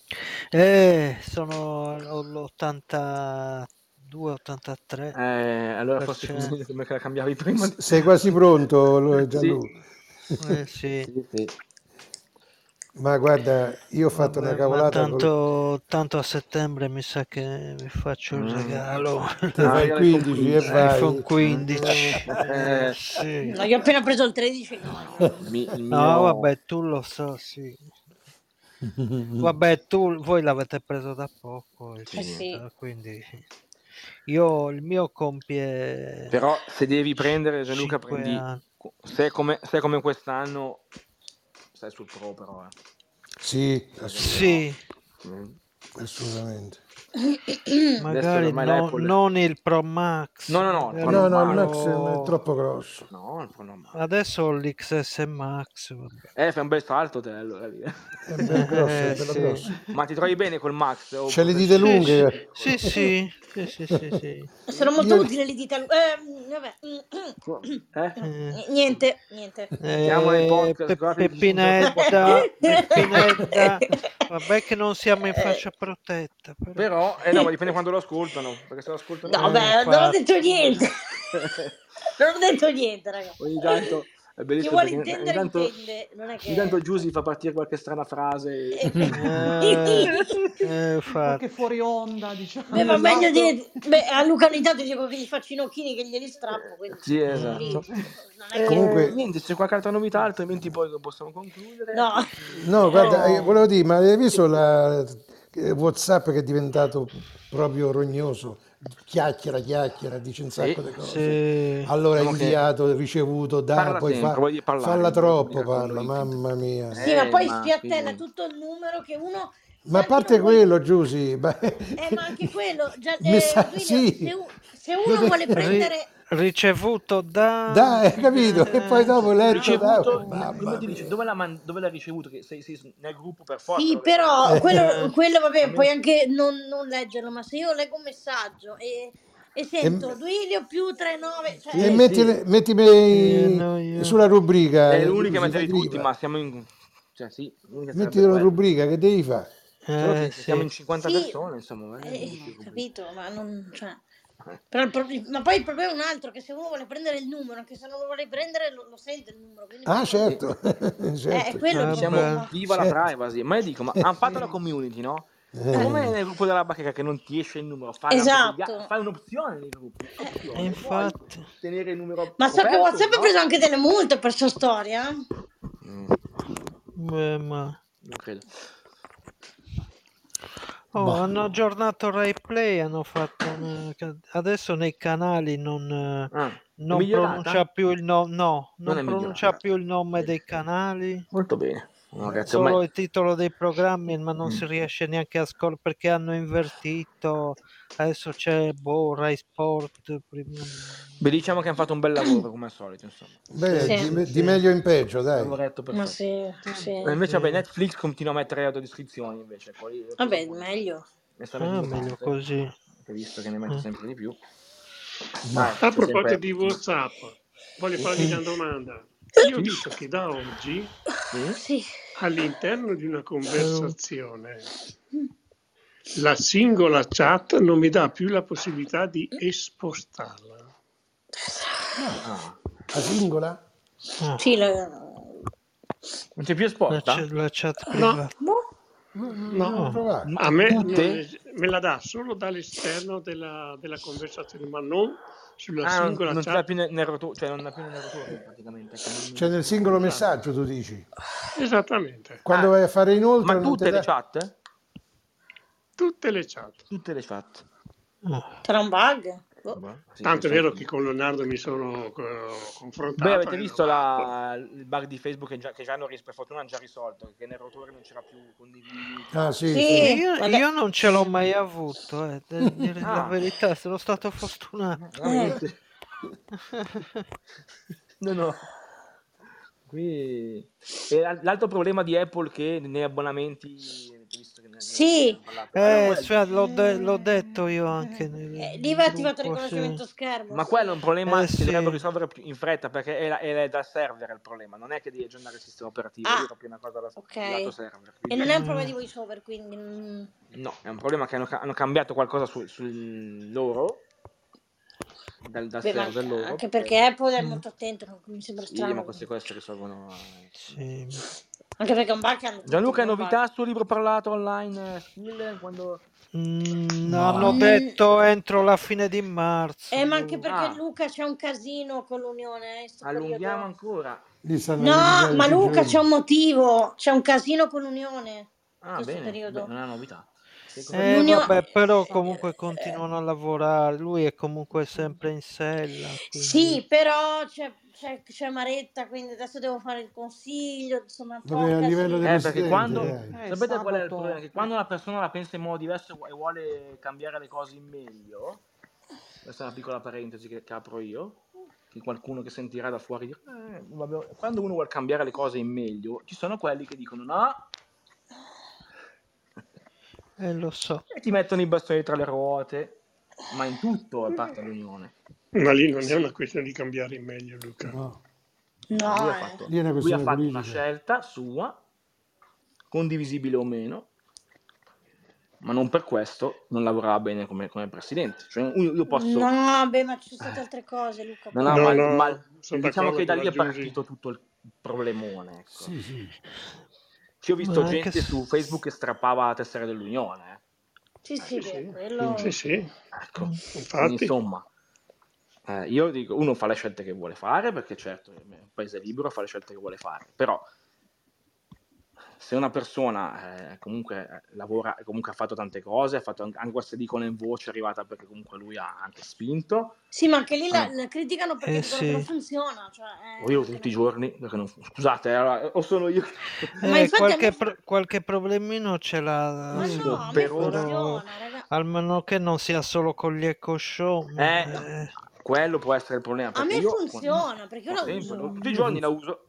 Sono l'82, 83. Allora forse come che la cambiavi prima. Sei quasi pronto, Gianluca? Sì. Ma guarda, io ho fatto una cavolata. Tanto a settembre mi sa che mi faccio il regalo. Te fai 15 e vai. iPhone 15. Sì. No, io ho appena preso il 13. No, vabbè, tu lo so, sì. Vabbè, voi l'avete preso da poco, quindi il mio compie. Però se devi prendere, Gianluca, prendi. Se è come quest'anno, stai sul Pro, però. Sì, assolutamente. Magari non il Pro Max. No, il Max è troppo grosso. No, il Pro Max. Adesso ho l'XS Max. Fai un bel salto te allora lì. È bello grosso. Ma ti trovi bene col Max? C'è le dita lunghe? Sì. Sono molto utili le dita lunghe. Vabbè. Niente. Peppinetta. Vabbè che non siamo in fascia protetta. Però ma dipende quando lo ascoltano. Perché se lo ascoltano. No, beh, non ho detto niente. Non ho detto niente, ragazzi. Ogni tanto è bellissimo. Chi vuole intendere intende. Non è che... Ogni tanto Giusy fa partire qualche strana frase. Qualche fuori onda, diciamo. Beh, ma meglio di... a Luca ogni tanto dico che gli faccio i nocchini che glieli strappo. Quindi... Sì, esatto. Comunque... Niente, se c'è qualche altra novità, altrimenti poi lo possiamo concludere. No, guarda, volevo dire, ma hai visto WhatsApp che è diventato proprio rognoso? chiacchiera, dice un sacco di cose. Sì. Allora Diciamo che inviato, ricevuto, parla poi sempre, vuoi parlare, falla non vuoi troppo, pubblicare quando parla, li mamma mia. Sì, ma poi ma spiattella qui tutto il numero che uno... Ma a Già che parte non vuole... quello, Giusy, ma anche quello, Duilio, sì, se uno vuole prendere... ricevuto da... dai, hai capito? E poi dopo letto da... ricevuto, Mamma prima ti dice mia. dove l'hai ricevuto, che sei nel gruppo per forza Sì, lo devi però leggere. quello vabbè, Almeno puoi anche non leggerlo, ma se io leggo un messaggio e sento E, Duilio più 39, cioè... e sì, sì, mettimi sulla rubrica, è l'unica Giusy, mettere fai di tutti, prima. ma siamo in... cioè sì, l'unica Metti sarebbe sulla quella. rubrica, che devi fare? Solo che se siamo sì. in 50 Sì, persone, insomma, di più rubriche. capito, ma non... Cioè... Però ma poi il problema è un altro, che se uno vuole prendere il numero, anche se non lo vuole prendere, lo sente il numero, quindi Ah, bisogna... Sì. certo, È certo, quello il Diciamo, problema. viva la certo. privacy. Ma io dico, ma hanno fatto la community, no? Come nel gruppo della bacheca che non ti esce il numero, fai Esatto. un'opzione nei gruppi. Opzione. Vuoi Infatti. tenere il numero Ma so che coperto? WhatsApp ha No? preso anche delle multe per sua storia. Ma... Non credo. hanno aggiornato RaiPlay, hanno fatto adesso nei canali non È pronuncia migliorata? più il nome, no, Non non è pronuncia migliorata. più il nome dei canali, Molto bene. No, ragazzi, solo ormai... il titolo dei programmi, ma non si riesce neanche a scorrere perché hanno invertito. Adesso c'è Rai Sport. Beh, diciamo che hanno fatto un bel lavoro, come al solito, insomma. Beh, Sì. di meglio in peggio, dai. Lavoretto Ma perfetto. sì. Invece, vabbè, Netflix continua a mettere autodescrizioni, invece. Poi Vabbè, meglio. messo alle due Meglio cose, così. che visto che ne mette sempre di più. Ma Dai, A c'è proposito sempre... di WhatsApp, voglio farvi una domanda. Io ho visto che da oggi Sì. all'interno di una conversazione la singola chat non mi dà più la possibilità di espostarla. la singola? Sì, Non c'è più esposta? La chat No, privata. no. Provare. A me Tutte? me la dà solo dall'esterno della conversazione, ma non sulla Ah, singola non ce l'ha chat. più nel rotore, cioè non ha più nel rotore praticamente. Cioè nel singolo messaggio tu dici. Esattamente. Quando vai a fare inoltre Ma non ti tutte le dà... chat? Tutte le chat. Tutte le chat. Tra un bug. Sì, Tanto è questo vero anche che io. con Leonardo mi sono Beh, confrontato. avete e visto eravamo- il bug di Facebook che già hanno per fortuna hanno già risolto, che nel rotore non c'era più condividi. Ah, sì, Sì, sì. Io non ce l'ho mai avuto, devo dire la Ah, verità, sono stato fortunato. veramente. No. Qui... E l'altro problema di Apple che nei abbonamenti, avete visto che ne sì. hanno parlato, era quello. L'ho detto io anche Lì nel va attivato il gruppo, sì. riconoscimento schermo, Ma sì. quello è un problema che Sì. dovrebbero risolvere in fretta perché è dal server il problema, non è che devi aggiornare il sistema operativo, lì è proprio una cosa dal lato Ok. server. E Quindi non è un problema di voiceover, quindi... no, è un problema che hanno cambiato qualcosa sul loro, dal Beh, ma server loro. anche perché Apple è molto attento, mi sembra Sì, ma strano. queste cose si risolvono. Sì. Anche perché un bug hanno tutti. Gianluca, un bug. novità sul libro parlato online skill? Quando... Hanno detto entro la fine di marzo. Ma anche perché Ah. Luca c'è un casino con l'Unione in sto Allunghiamo periodo. ancora. Lì stanno No, allungando ma tutti i Luca giorni. c'è un motivo, c'è un casino con l'Unione Ah, in sto bene. periodo. Beh, non è una novità. Vabbè, però comunque continuano a lavorare, lui è comunque sempre in sella. Quindi... Sì, però c'è Maretta, quindi adesso devo fare il consiglio, insomma, un po' Vabbè, un a livello casino. di Perché presidente, quando dai. sapete qual è il problema? Che quando una persona la pensa in modo diverso e vuole cambiare le cose in meglio, questa è una piccola parentesi che apro io, che qualcuno che sentirà da fuori dire, vabbè, quando uno vuole cambiare le cose in meglio, ci sono quelli che dicono no, lo so. e ti mettono i bastoni tra le ruote, ma in tutto è parte dell'Unione. Ma lì non è una questione di cambiare in meglio, Luca. No. Lui ha fatto una scelta sua, condivisibile o meno, ma non per questo non lavorava bene come presidente. Cioè, io posso... No, beh, ma ci sono state altre cose, Luca. sono diciamo che da lì è Giusy. partito tutto il problemone. Ecco. Sì. Ci ho visto gente su Facebook che strappava la tessera dell'Unione. Sì, quello... quello... Sì. Ecco. Infatti. Insomma, io dico, uno fa le scelte che vuole fare, perché certo è un paese libero, fa le scelte che vuole fare, però se una persona comunque lavora, comunque ha fatto tante cose, ha fatto anche questa dicono in voce, è arrivata perché comunque lui ha anche spinto. Sì, ma anche lì la criticano perché dicono che non sì. funziona. Cioè, Io che tutti i non- giorni, perché non, scusate, allora, o sono io. Ma infatti a me qualche problemino ce l'ha Ma sì, no, a me per ora. funziona, raga. almeno che non sia solo con gli Echo Show. Quello può essere il problema, A perché me io funziona, perché io la sempre, uso. tutti i giorni la uso.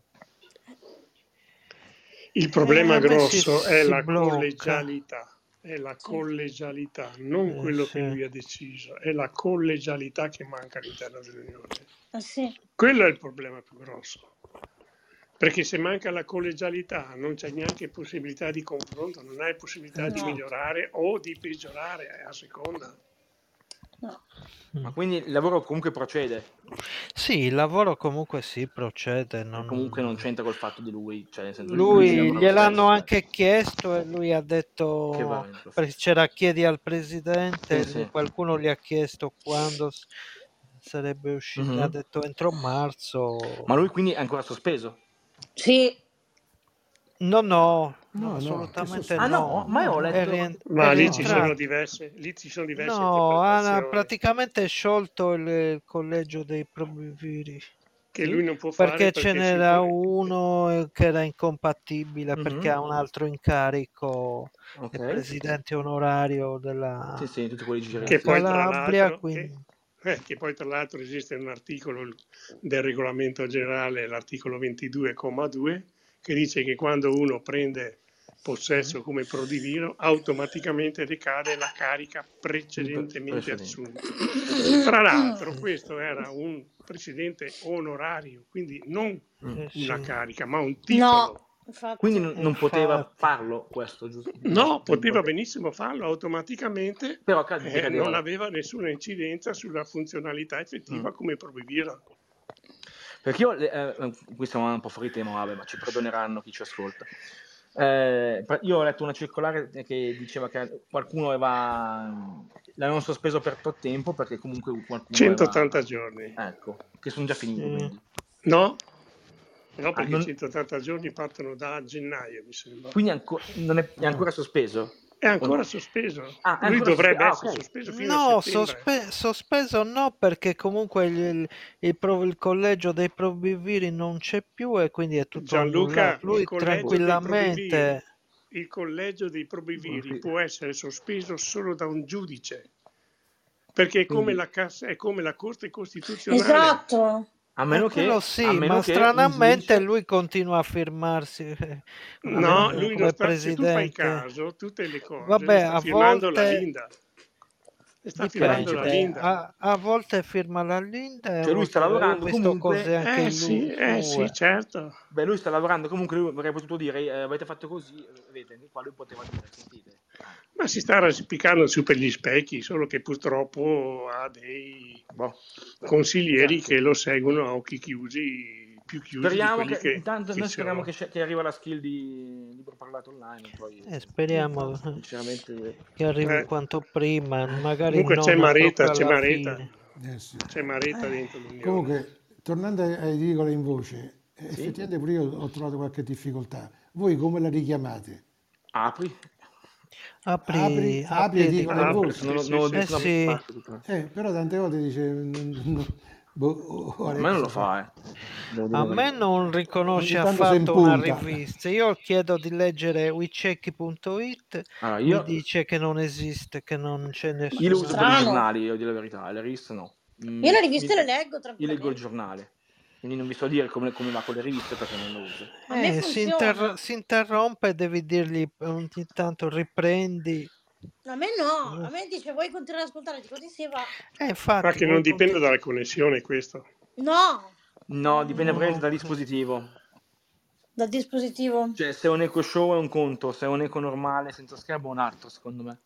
Il problema a me grosso è si la blocca. collegialità. È la collegialità, non quello che lui ha deciso, è la collegialità che manca all'interno dell'Unione. Sì. Quello è il problema più grosso. Perché se manca la collegialità non c'è neanche possibilità di confronto, non hai possibilità di migliorare o di peggiorare a seconda. No. Ma quindi il lavoro comunque procede? Sì, il lavoro comunque sì, procede. Comunque non c'entra col fatto di lui, cioè nel senso Lui lavora gliel'hanno lo anche chiesto e lui ha detto, Che va, perché c'era chiedi al presidente, Sì. qualcuno gli ha chiesto quando sarebbe uscito, ha detto entro marzo. Ma lui quindi è ancora sospeso? Sì. No, No, assolutamente che no. Ma io ho È letto... Ma è lì ci sono rientrato. diverse No, ha interpretazioni. praticamente sciolto il collegio dei probiviri. Che lui non può fare Perché ce perché n'era uno che era incompatibile perché ha un altro incarico, è Ok. presidente onorario della Sì, tutti quelli girati. che poi tra Calabria, l'altro quindi... che poi tra l'altro esiste un articolo del regolamento generale, l'articolo 22,2, che dice che quando uno prende possesso come prodiviro automaticamente decade la carica precedentemente assunta. Tra l'altro questo era un presidente onorario, quindi non una carica ma un titolo. No, infatti. Quindi non poteva farlo questo, giusto? No, poteva benissimo farlo automaticamente, però non aveva nessuna incidenza sulla funzionalità effettiva come probiviro. Perché io, qui siamo un po' fuori tema, vabbè, ma ci perdoneranno chi ci ascolta. Io ho letto una circolare che diceva che qualcuno l'avevano sospeso per tot tempo perché comunque qualcuno 180 giorni. Ecco, che sono già finiti quindi. No, perché 180 giorni partono da gennaio, mi sembra. Quindi è ancora sospeso? È ancora sospeso. È Lui ancora dovrebbe essere sospeso fino a settembre. Sospeso no, perché comunque il collegio dei probiviri non c'è più e quindi è tutto Gianluca, annullato. Lui tranquillamente... Il collegio dei probiviri può essere sospeso solo da un giudice, perché è come la Corte Costituzionale. Esatto. A meno che ma stranamente lui continua a firmarsi no, lui come non sta, presidente. Se tu fai caso, tutte le cose vabbè, sta a firmando volte la Linda. Sta firmando la Linda. A volte firma la Linda, cioè lui sta lavorando comunque. Cose anche sì, certo. Beh, lui sta lavorando comunque, lui avrebbe potuto dire avete fatto così, vedete, qua lui poteva dire, sentite. Ma si sta raspiccando su per gli specchi, solo che purtroppo ha dei consiglieri che lo seguono a occhi chiusi, più chiusi speriamo di quelli che intanto noi speriamo che arriva la skill di libro parlato online, poi speriamo sinceramente che arrivi quanto prima, magari comunque c'è Mareta fine. dentro l'Unione. Comunque, tornando ai edicole in voce, effettivamente pure io ho trovato qualche difficoltà. Voi come la richiamate? Apri edicole in voce. Sì. Però tante volte dice a me non lo fa, A me non riconosce Ogni tanto affatto una rivista. Io chiedo di leggere wecheck.it, mi dice che non esiste, che non c'è nessuno. Io lo uso per i giornali, devo dire la verità, le riviste no. Io le riviste le leggo tranquillamente. Io leggo il giornale, quindi non vi so dire come va con le riviste perché non lo uso. A me si interrompe e devi dirgli ogni tanto riprendi. A me no, a me dice vuoi continuare ad ascoltare, dico di sì, va. Ma che non dipende dalla connessione questo? No, dipende veramente dal dispositivo. Dal dispositivo? Cioè se è un Echo Show è un conto, se è un Echo normale senza schermo è un altro secondo me.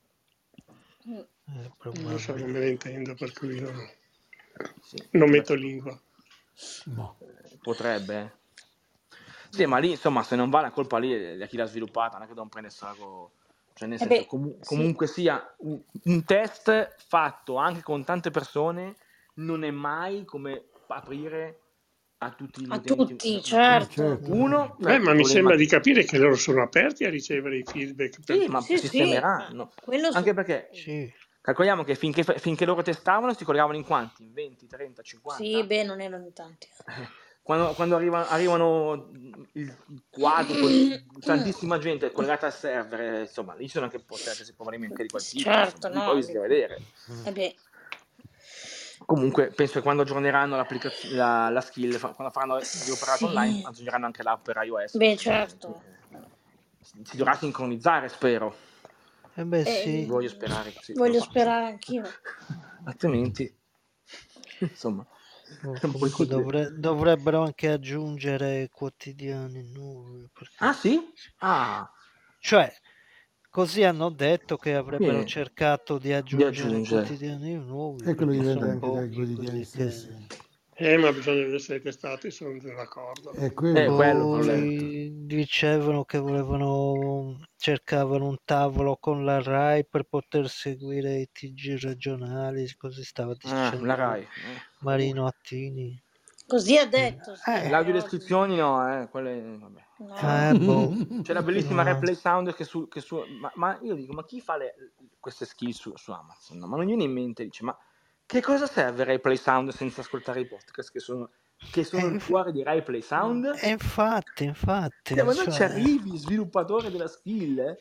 Non so, non me ne intendo, per cui non metto lingua. No. Potrebbe. Sì, ma lì insomma se non va la colpa lì è da chi l'ha sviluppata, non è che Don prende saco. Cioè nel senso comunque sia un test fatto anche con tante persone non è mai come aprire a tutti gli A utenti. tutti, certo. certo. Uno, Ma mi sembra di capire che loro sono aperti a ricevere i feedback. Sì, ma Sì, sistemeranno. quello Anche sì. perché Sì. calcoliamo che finché loro testavano si collegavano in quanti? In 20, 30, 50? Sì, beh, non erano tanti. Quando arrivano il quadro con tantissima gente collegata al server, insomma, lì ci sono anche problemi anche di quel tipo. Certo, Insomma, no. poi bisogna vedere. Beh. Comunque, penso che quando aggiorneranno la skill, quando faranno di operato online, aggiorneranno anche l'app per iOS. Beh, certo. Si dovrà sincronizzare, spero. Sì. Voglio sperare che Voglio sperare anch'io. Altrimenti, insomma, Comunque dovrebbero anche aggiungere quotidiani nuovi. Ah sì? Ah. Cioè, così hanno detto che avrebbero Sì. cercato di aggiungere quotidiani nuovi. E quello perché dipende sono anche dai pochi quotidiani quelli che... stessi. Ma bisogna essere testati, sono d'accordo. quello il problema. Poi dicevano che cercavano un tavolo con la Rai per poter seguire i TG regionali, così stava dicendo La Rai. Marino Attini. Così ha detto. Sì, l'audio descrizioni no, quelle vabbè. No. C'è la bellissima replay sound che su ma io dico, ma chi fa queste skill su Amazon? No? Ma non gli viene in mente, dice, ma che cosa serve replay sound senza ascoltare i podcast che sono il cuore di replay sound? Infatti. Ma non ci arrivi, sviluppatore della skill?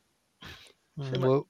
Non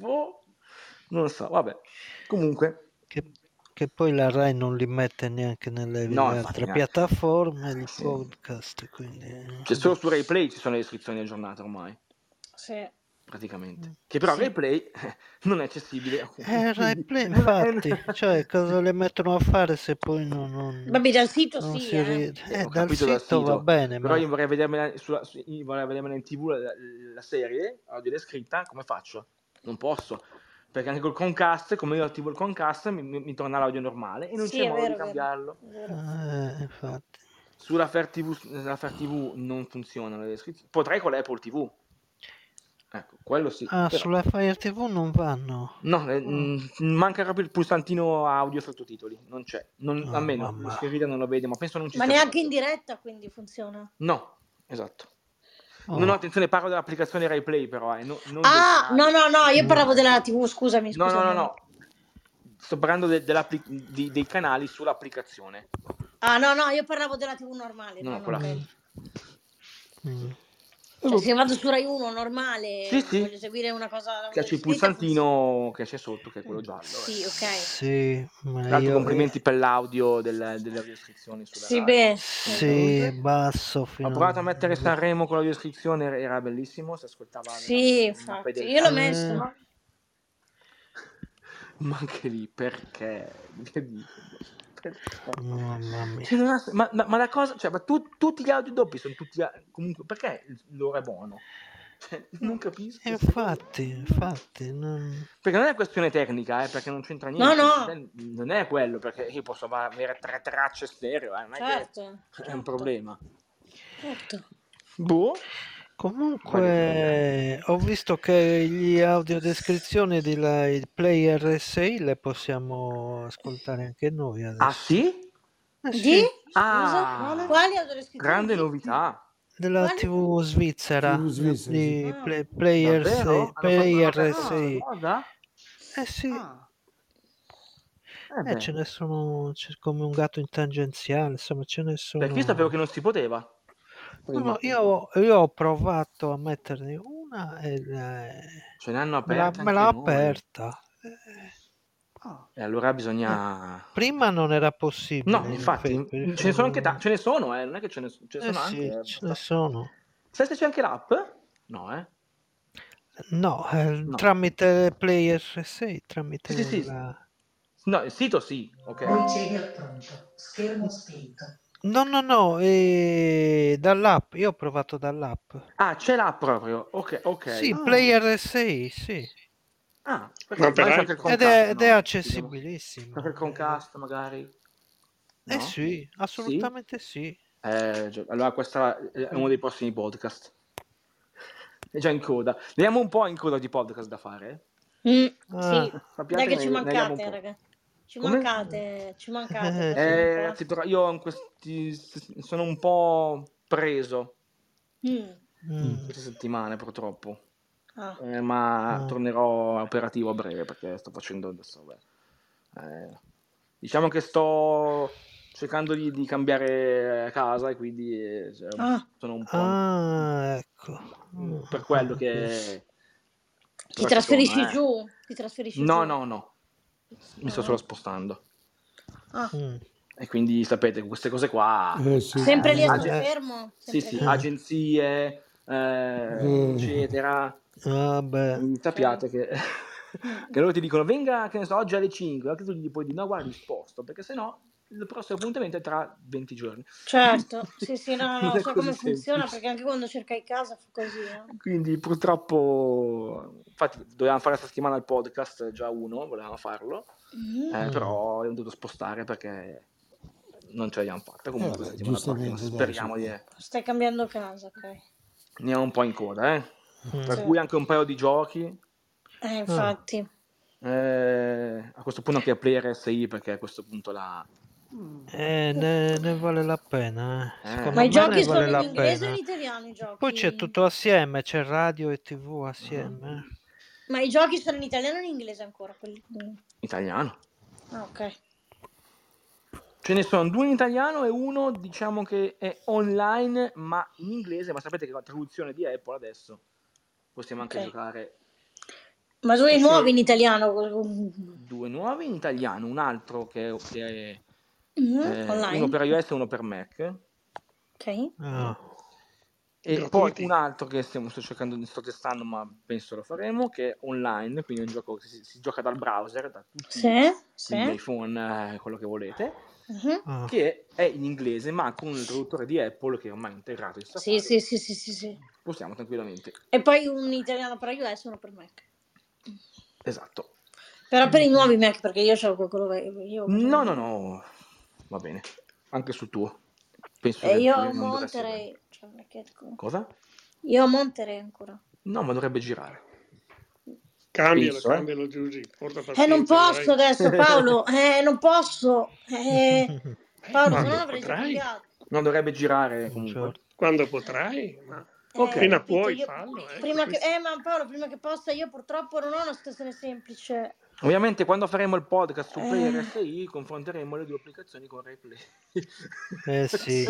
lo so, vabbè. Comunque. Che poi la Rai non li mette neanche nelle altre piattaforme, i podcast. Quindi... C'è solo su Replay ci sono le descrizioni aggiornate ormai. Sì. Praticamente. Che però Replay non è accessibile. Replay, infatti, cioè cosa le mettono a fare se poi non Vabbè, dal sito non sì, si dal sito va bene, però ma io vorrei vedermela in TV la serie, audio descritta, come faccio? Non posso. Perché anche col Chromecast, come io attivo il Chromecast, mi torna l'audio normale e non c'è modo di cambiarlo. Infatti. Sulla Fire TV non funzionano le descrizioni. Potrei con l'Apple TV. Ecco, quello sì. Però... sulla Fire TV non vanno. No, manca proprio il pulsantino audio sottotitoli. Non c'è. Almeno lo scrivete non lo vede, ma penso non ci sia. Ma neanche in diretta quindi funziona? No, esatto. No, attenzione, parlo dell'applicazione RaiPlay però. No, io parlavo della TV, scusami. No. Sto parlando dei canali sull'applicazione. No, io parlavo della TV normale. No, quella. Cioè, se vado su Rai 1 normale, sì. voglio seguire una cosa... Che c'è il pulsantino che c'è sotto, che è quello giallo. Sì, ok. Sì, ma tra l'altro complimenti per l'audio delle descrizioni sulla Sì, Rai. beh. Sì, basso. Ho provato a mettere Sanremo con la descrizione, era bellissimo, si ascoltava. Sì, infatti, io l'ho messo, ma... Ma anche lì, perché? Mamma mia. Cioè, ma la cosa, cioè, ma tutti gli audio doppi sono tutti comunque, perché loro è buono? Cioè, non capisco. Infatti. Perché non è questione tecnica, perché non c'entra niente. No. Non è quello, perché io posso avere 3 tracce stereo, non è certo. È un problema. Certo. Comunque ho visto che gli audiodescrizioni di Play RSI le possiamo ascoltare anche noi adesso. Ah sì? Sì. Scusa? Quali audiodescrizioni? Grande novità. Della TV svizzera, di Play RSI. Sì. Ce ne sono, c'è come un gatto in tangenziale, insomma ce ne sono. Perché io sapevo che non si poteva. No, io ho provato a metterne una e ce ne hanno aperta me l'ha aperta. E allora bisogna... Prima non era possibile. No, infatti, ce ne sono anche ce ne sono, non è che ce ne sono anche. Ce ne sono. Sai se c'è anche l'app? No, No, tramite Play RSI, tramite sì. la... No, il sito sì, ok. Ricever pronto, schermo spento. No, dall'app, io ho provato dall'app. Ah, c'è l'app proprio, ok. Sì, Play RSI, sì. Ah, ed è accessibilissimo. Anche il Chromecast magari? No? Sì, assolutamente sì. Allora questo è uno dei prossimi podcast. È già in coda. Vediamo un po' in coda di podcast da fare. Sì, dai che ci mancate, ragazzi. Ci Come? mancate, Ragazzi, però io sono un po' preso queste settimane, purtroppo. Ma tornerò operativo a breve perché sto facendo adesso. Diciamo che sto cercando di cambiare casa e quindi sono un po' ecco. per quello che Ti trasferisci giù? Ti trasferisci giù? No. Mi sto solo spostando. Ah. E quindi sapete queste cose qua Sempre lì a Sottofermo? Sì, agenzie eccetera. Sappiate che loro ti dicono venga, che ne so, oggi alle 5, anche tu gli puoi dire no, guarda, mi sposto perché sennò il prossimo appuntamento è tra 20 giorni. Certo, sì, no, Non è so così come funziona semplice. perché anche quando cercai casa fa così. Quindi purtroppo, infatti dovevamo fare questa settimana il podcast, già uno, volevamo farlo, però abbiamo dovuto spostare perché non ce l'abbiamo fatta. Comunque la settimana prossima speriamo di... Stai cambiando casa, ok. Andiamo un po' in coda, tra cui anche un paio di giochi. Infatti. A questo punto anche Player SI perché a questo punto ne vale la pena. Ma i giochi sono in inglese o in italiano? I giochi? Poi c'è tutto assieme, c'è radio e TV assieme. Ma i giochi sono in italiano o in inglese ancora? Italiano. Ah, ok. Ce ne sono 2 in italiano e uno diciamo che è online ma in inglese, ma sapete che con la traduzione di Apple adesso possiamo anche giocare. Ma 2 nuovi in italiano? 2 nuovi in italiano, un altro che è online. Uno per iOS e uno per Mac. Ok. E poi un altro che sto testando, ma penso lo faremo, che è online, quindi è un gioco che si gioca dal browser, da tutti gli iPhone, quello che volete, che è in inglese, ma con il traduttore di Apple che ormai è integrato in Safari. Sì. Possiamo tranquillamente. E poi un italiano per iOS e uno per Mac. Esatto. Però per i nuovi Mac, perché io ho quello vecchio. No, va bene. Anche sul tuo. Penso e io monterei. Cosa? Io monterei ancora. No, ma dovrebbe girare. Cambialo Giusy. Non posso adesso, Paolo. Non posso. Paolo, se no l'avrei già cambiato. Non dovrebbe girare comunque. Quando potrai, ma okay. Appena puoi fallo. Ma Paolo, prima che possa, io purtroppo non ho una situazione semplice. Ovviamente quando faremo il podcast su Player SI confronteremo le 2 applicazioni con RaiPlay. Sì.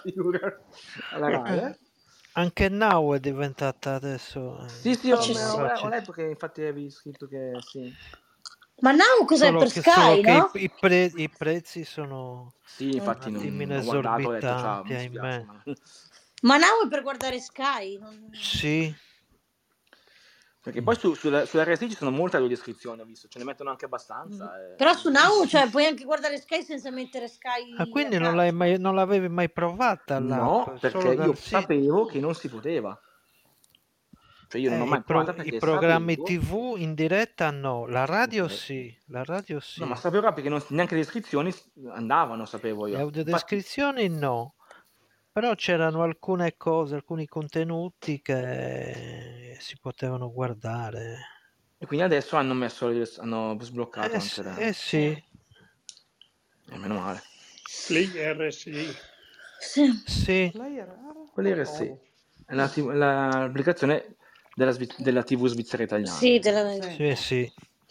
Alla Rai, Anche Now è diventata adesso. Sì, ho letto che infatti avevi scritto che sì. Ma Now cos'è? Solo per che, Sky, solo no? che i prezzi sono infatti un attimino ho guardato, ho detto ciao, esorbitanti, ahimè. Ma Now è per guardare Sky? Sì. Perché poi sulla RSI ci sono molte audiodescrizioni, ho visto, ce ne mettono anche abbastanza. Però su Now puoi anche guardare Sky senza mettere Sky. Quindi non l'avevi mai provata l'app? No, perché io sapevo che non si poteva. Cioè io non ho mai provato perché i programmi TV in diretta no, la radio sì. No, ma sapevo che neanche le descrizioni andavano, sapevo io. Le audiodescrizioni no. Però c'erano alcune cose, alcuni contenuti che si potevano guardare. E quindi adesso hanno sbloccato anche la... sì. Meno male. Player RSI. Sì. Player RSI. È l'applicazione della TV svizzera italiana. Sì.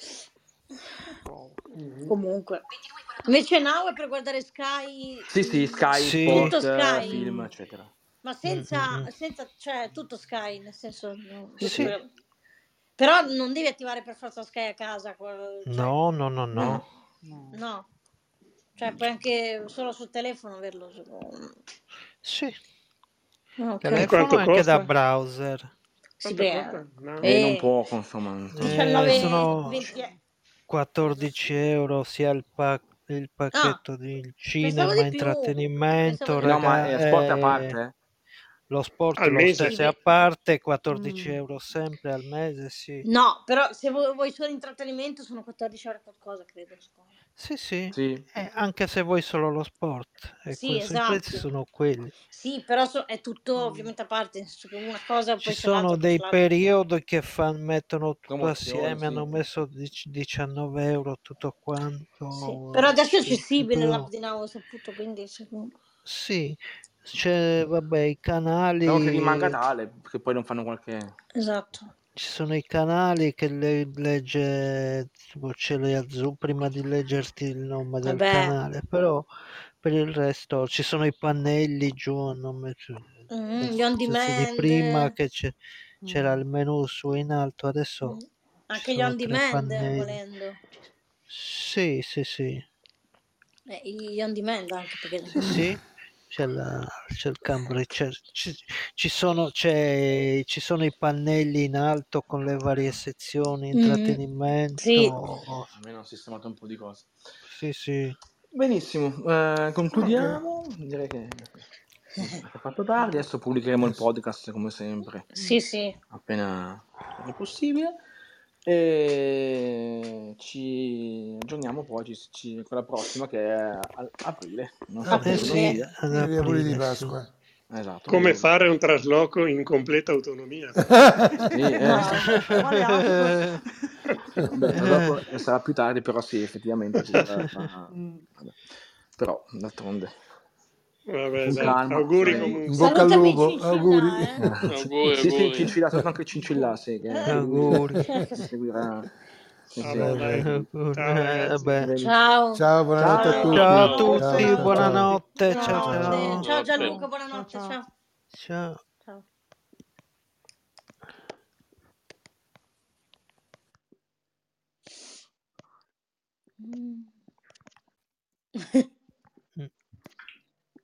Comunque. Invece Now è per guardare Sky. Sì, Sky, Sport, tutto Sky. film, eccetera. Ma senza cioè tutto Sky, nel senso. Sì. Però non devi attivare per forza Sky a casa. No. No. Cioè puoi anche solo sul telefono averlo. Sì. Telefono anche da browser. Non può, insomma. Sono 14 euro sia il pacchetto di cinema, intrattenimento. No, ma sport a parte? Lo sport lo stesso è a parte, 14 euro sempre al mese, sì. No, però se vuoi solo intrattenimento sono 14 euro qualcosa, credo. Sì, sì, Sì. anche se vuoi solo lo sport, Sì, i prezzi esatto. sono quelli. Sì, però è tutto ovviamente a parte, nel senso che una cosa Ci poi c'è l'altra, sono poi c'è dei l'altra. periodi che mettono tutto Promozioni, assieme, hanno sì. messo 19 euro tutto Sì. quanto. Però adesso è Sì, accessibile l'app però di Now, ho saputo, quindi sì, c'è, vabbè, i Speriamo che rimanga canali, tale, che poi non fanno qualche... esatto. ci sono i canali che legge, tipo c'è prima di leggerti il nome del Vabbè, canale, però per il resto ci sono i pannelli giù, hanno messo, gli on senso di demand, prima che c'era il menu su in alto, mm, adesso ci anche gli on sono 3 demand pannelli. volendo. Sì, sì, sì. Gli on demand anche perché Sì, sì, c'è il Cambridge, ci sono i pannelli in alto con le varie sezioni, sì. intrattenimento. Almeno ho sistemato un po' di cose. Sì, sì. Benissimo, Ok. concludiamo. Direi che è fatto tardi. Adesso pubblicheremo il podcast come sempre, Sì, sì. appena è possibile. E ci aggiorniamo poi con la prossima che è aprile. Non so che giorno Sì, Aprile. sia. ad Gli auguri di aprile, sì. Pasqua. Esatto, Come fare un trasloco in completa autonomia. Sì, Quale auto? Beh, dopo sarà più tardi, però sì, effettivamente sì. Vabbè. Però, d'altronde, Vabbè, con dai, calma. auguri In comunque. bocca al Salutami lupo, Cincinnà, auguri. Auguri, Sì, sì, auguri. Cincilla, saluto anche Cincilla, sì, che Auguri. mi seguirà. Sì, sì. Vabbè, dai. Ciao ragazzi. Vabbè. Ciao. Ciao, buonanotte a Ciao, tutti. Ciao a Ciao, tutti, Ciao, ciao, ciao. buonanotte, ciao Buonanotte. ciao. Ciao buonanotte. Gianluca, Ciao, buonanotte, ciao. ciao. Ciao. Ciao. Mm.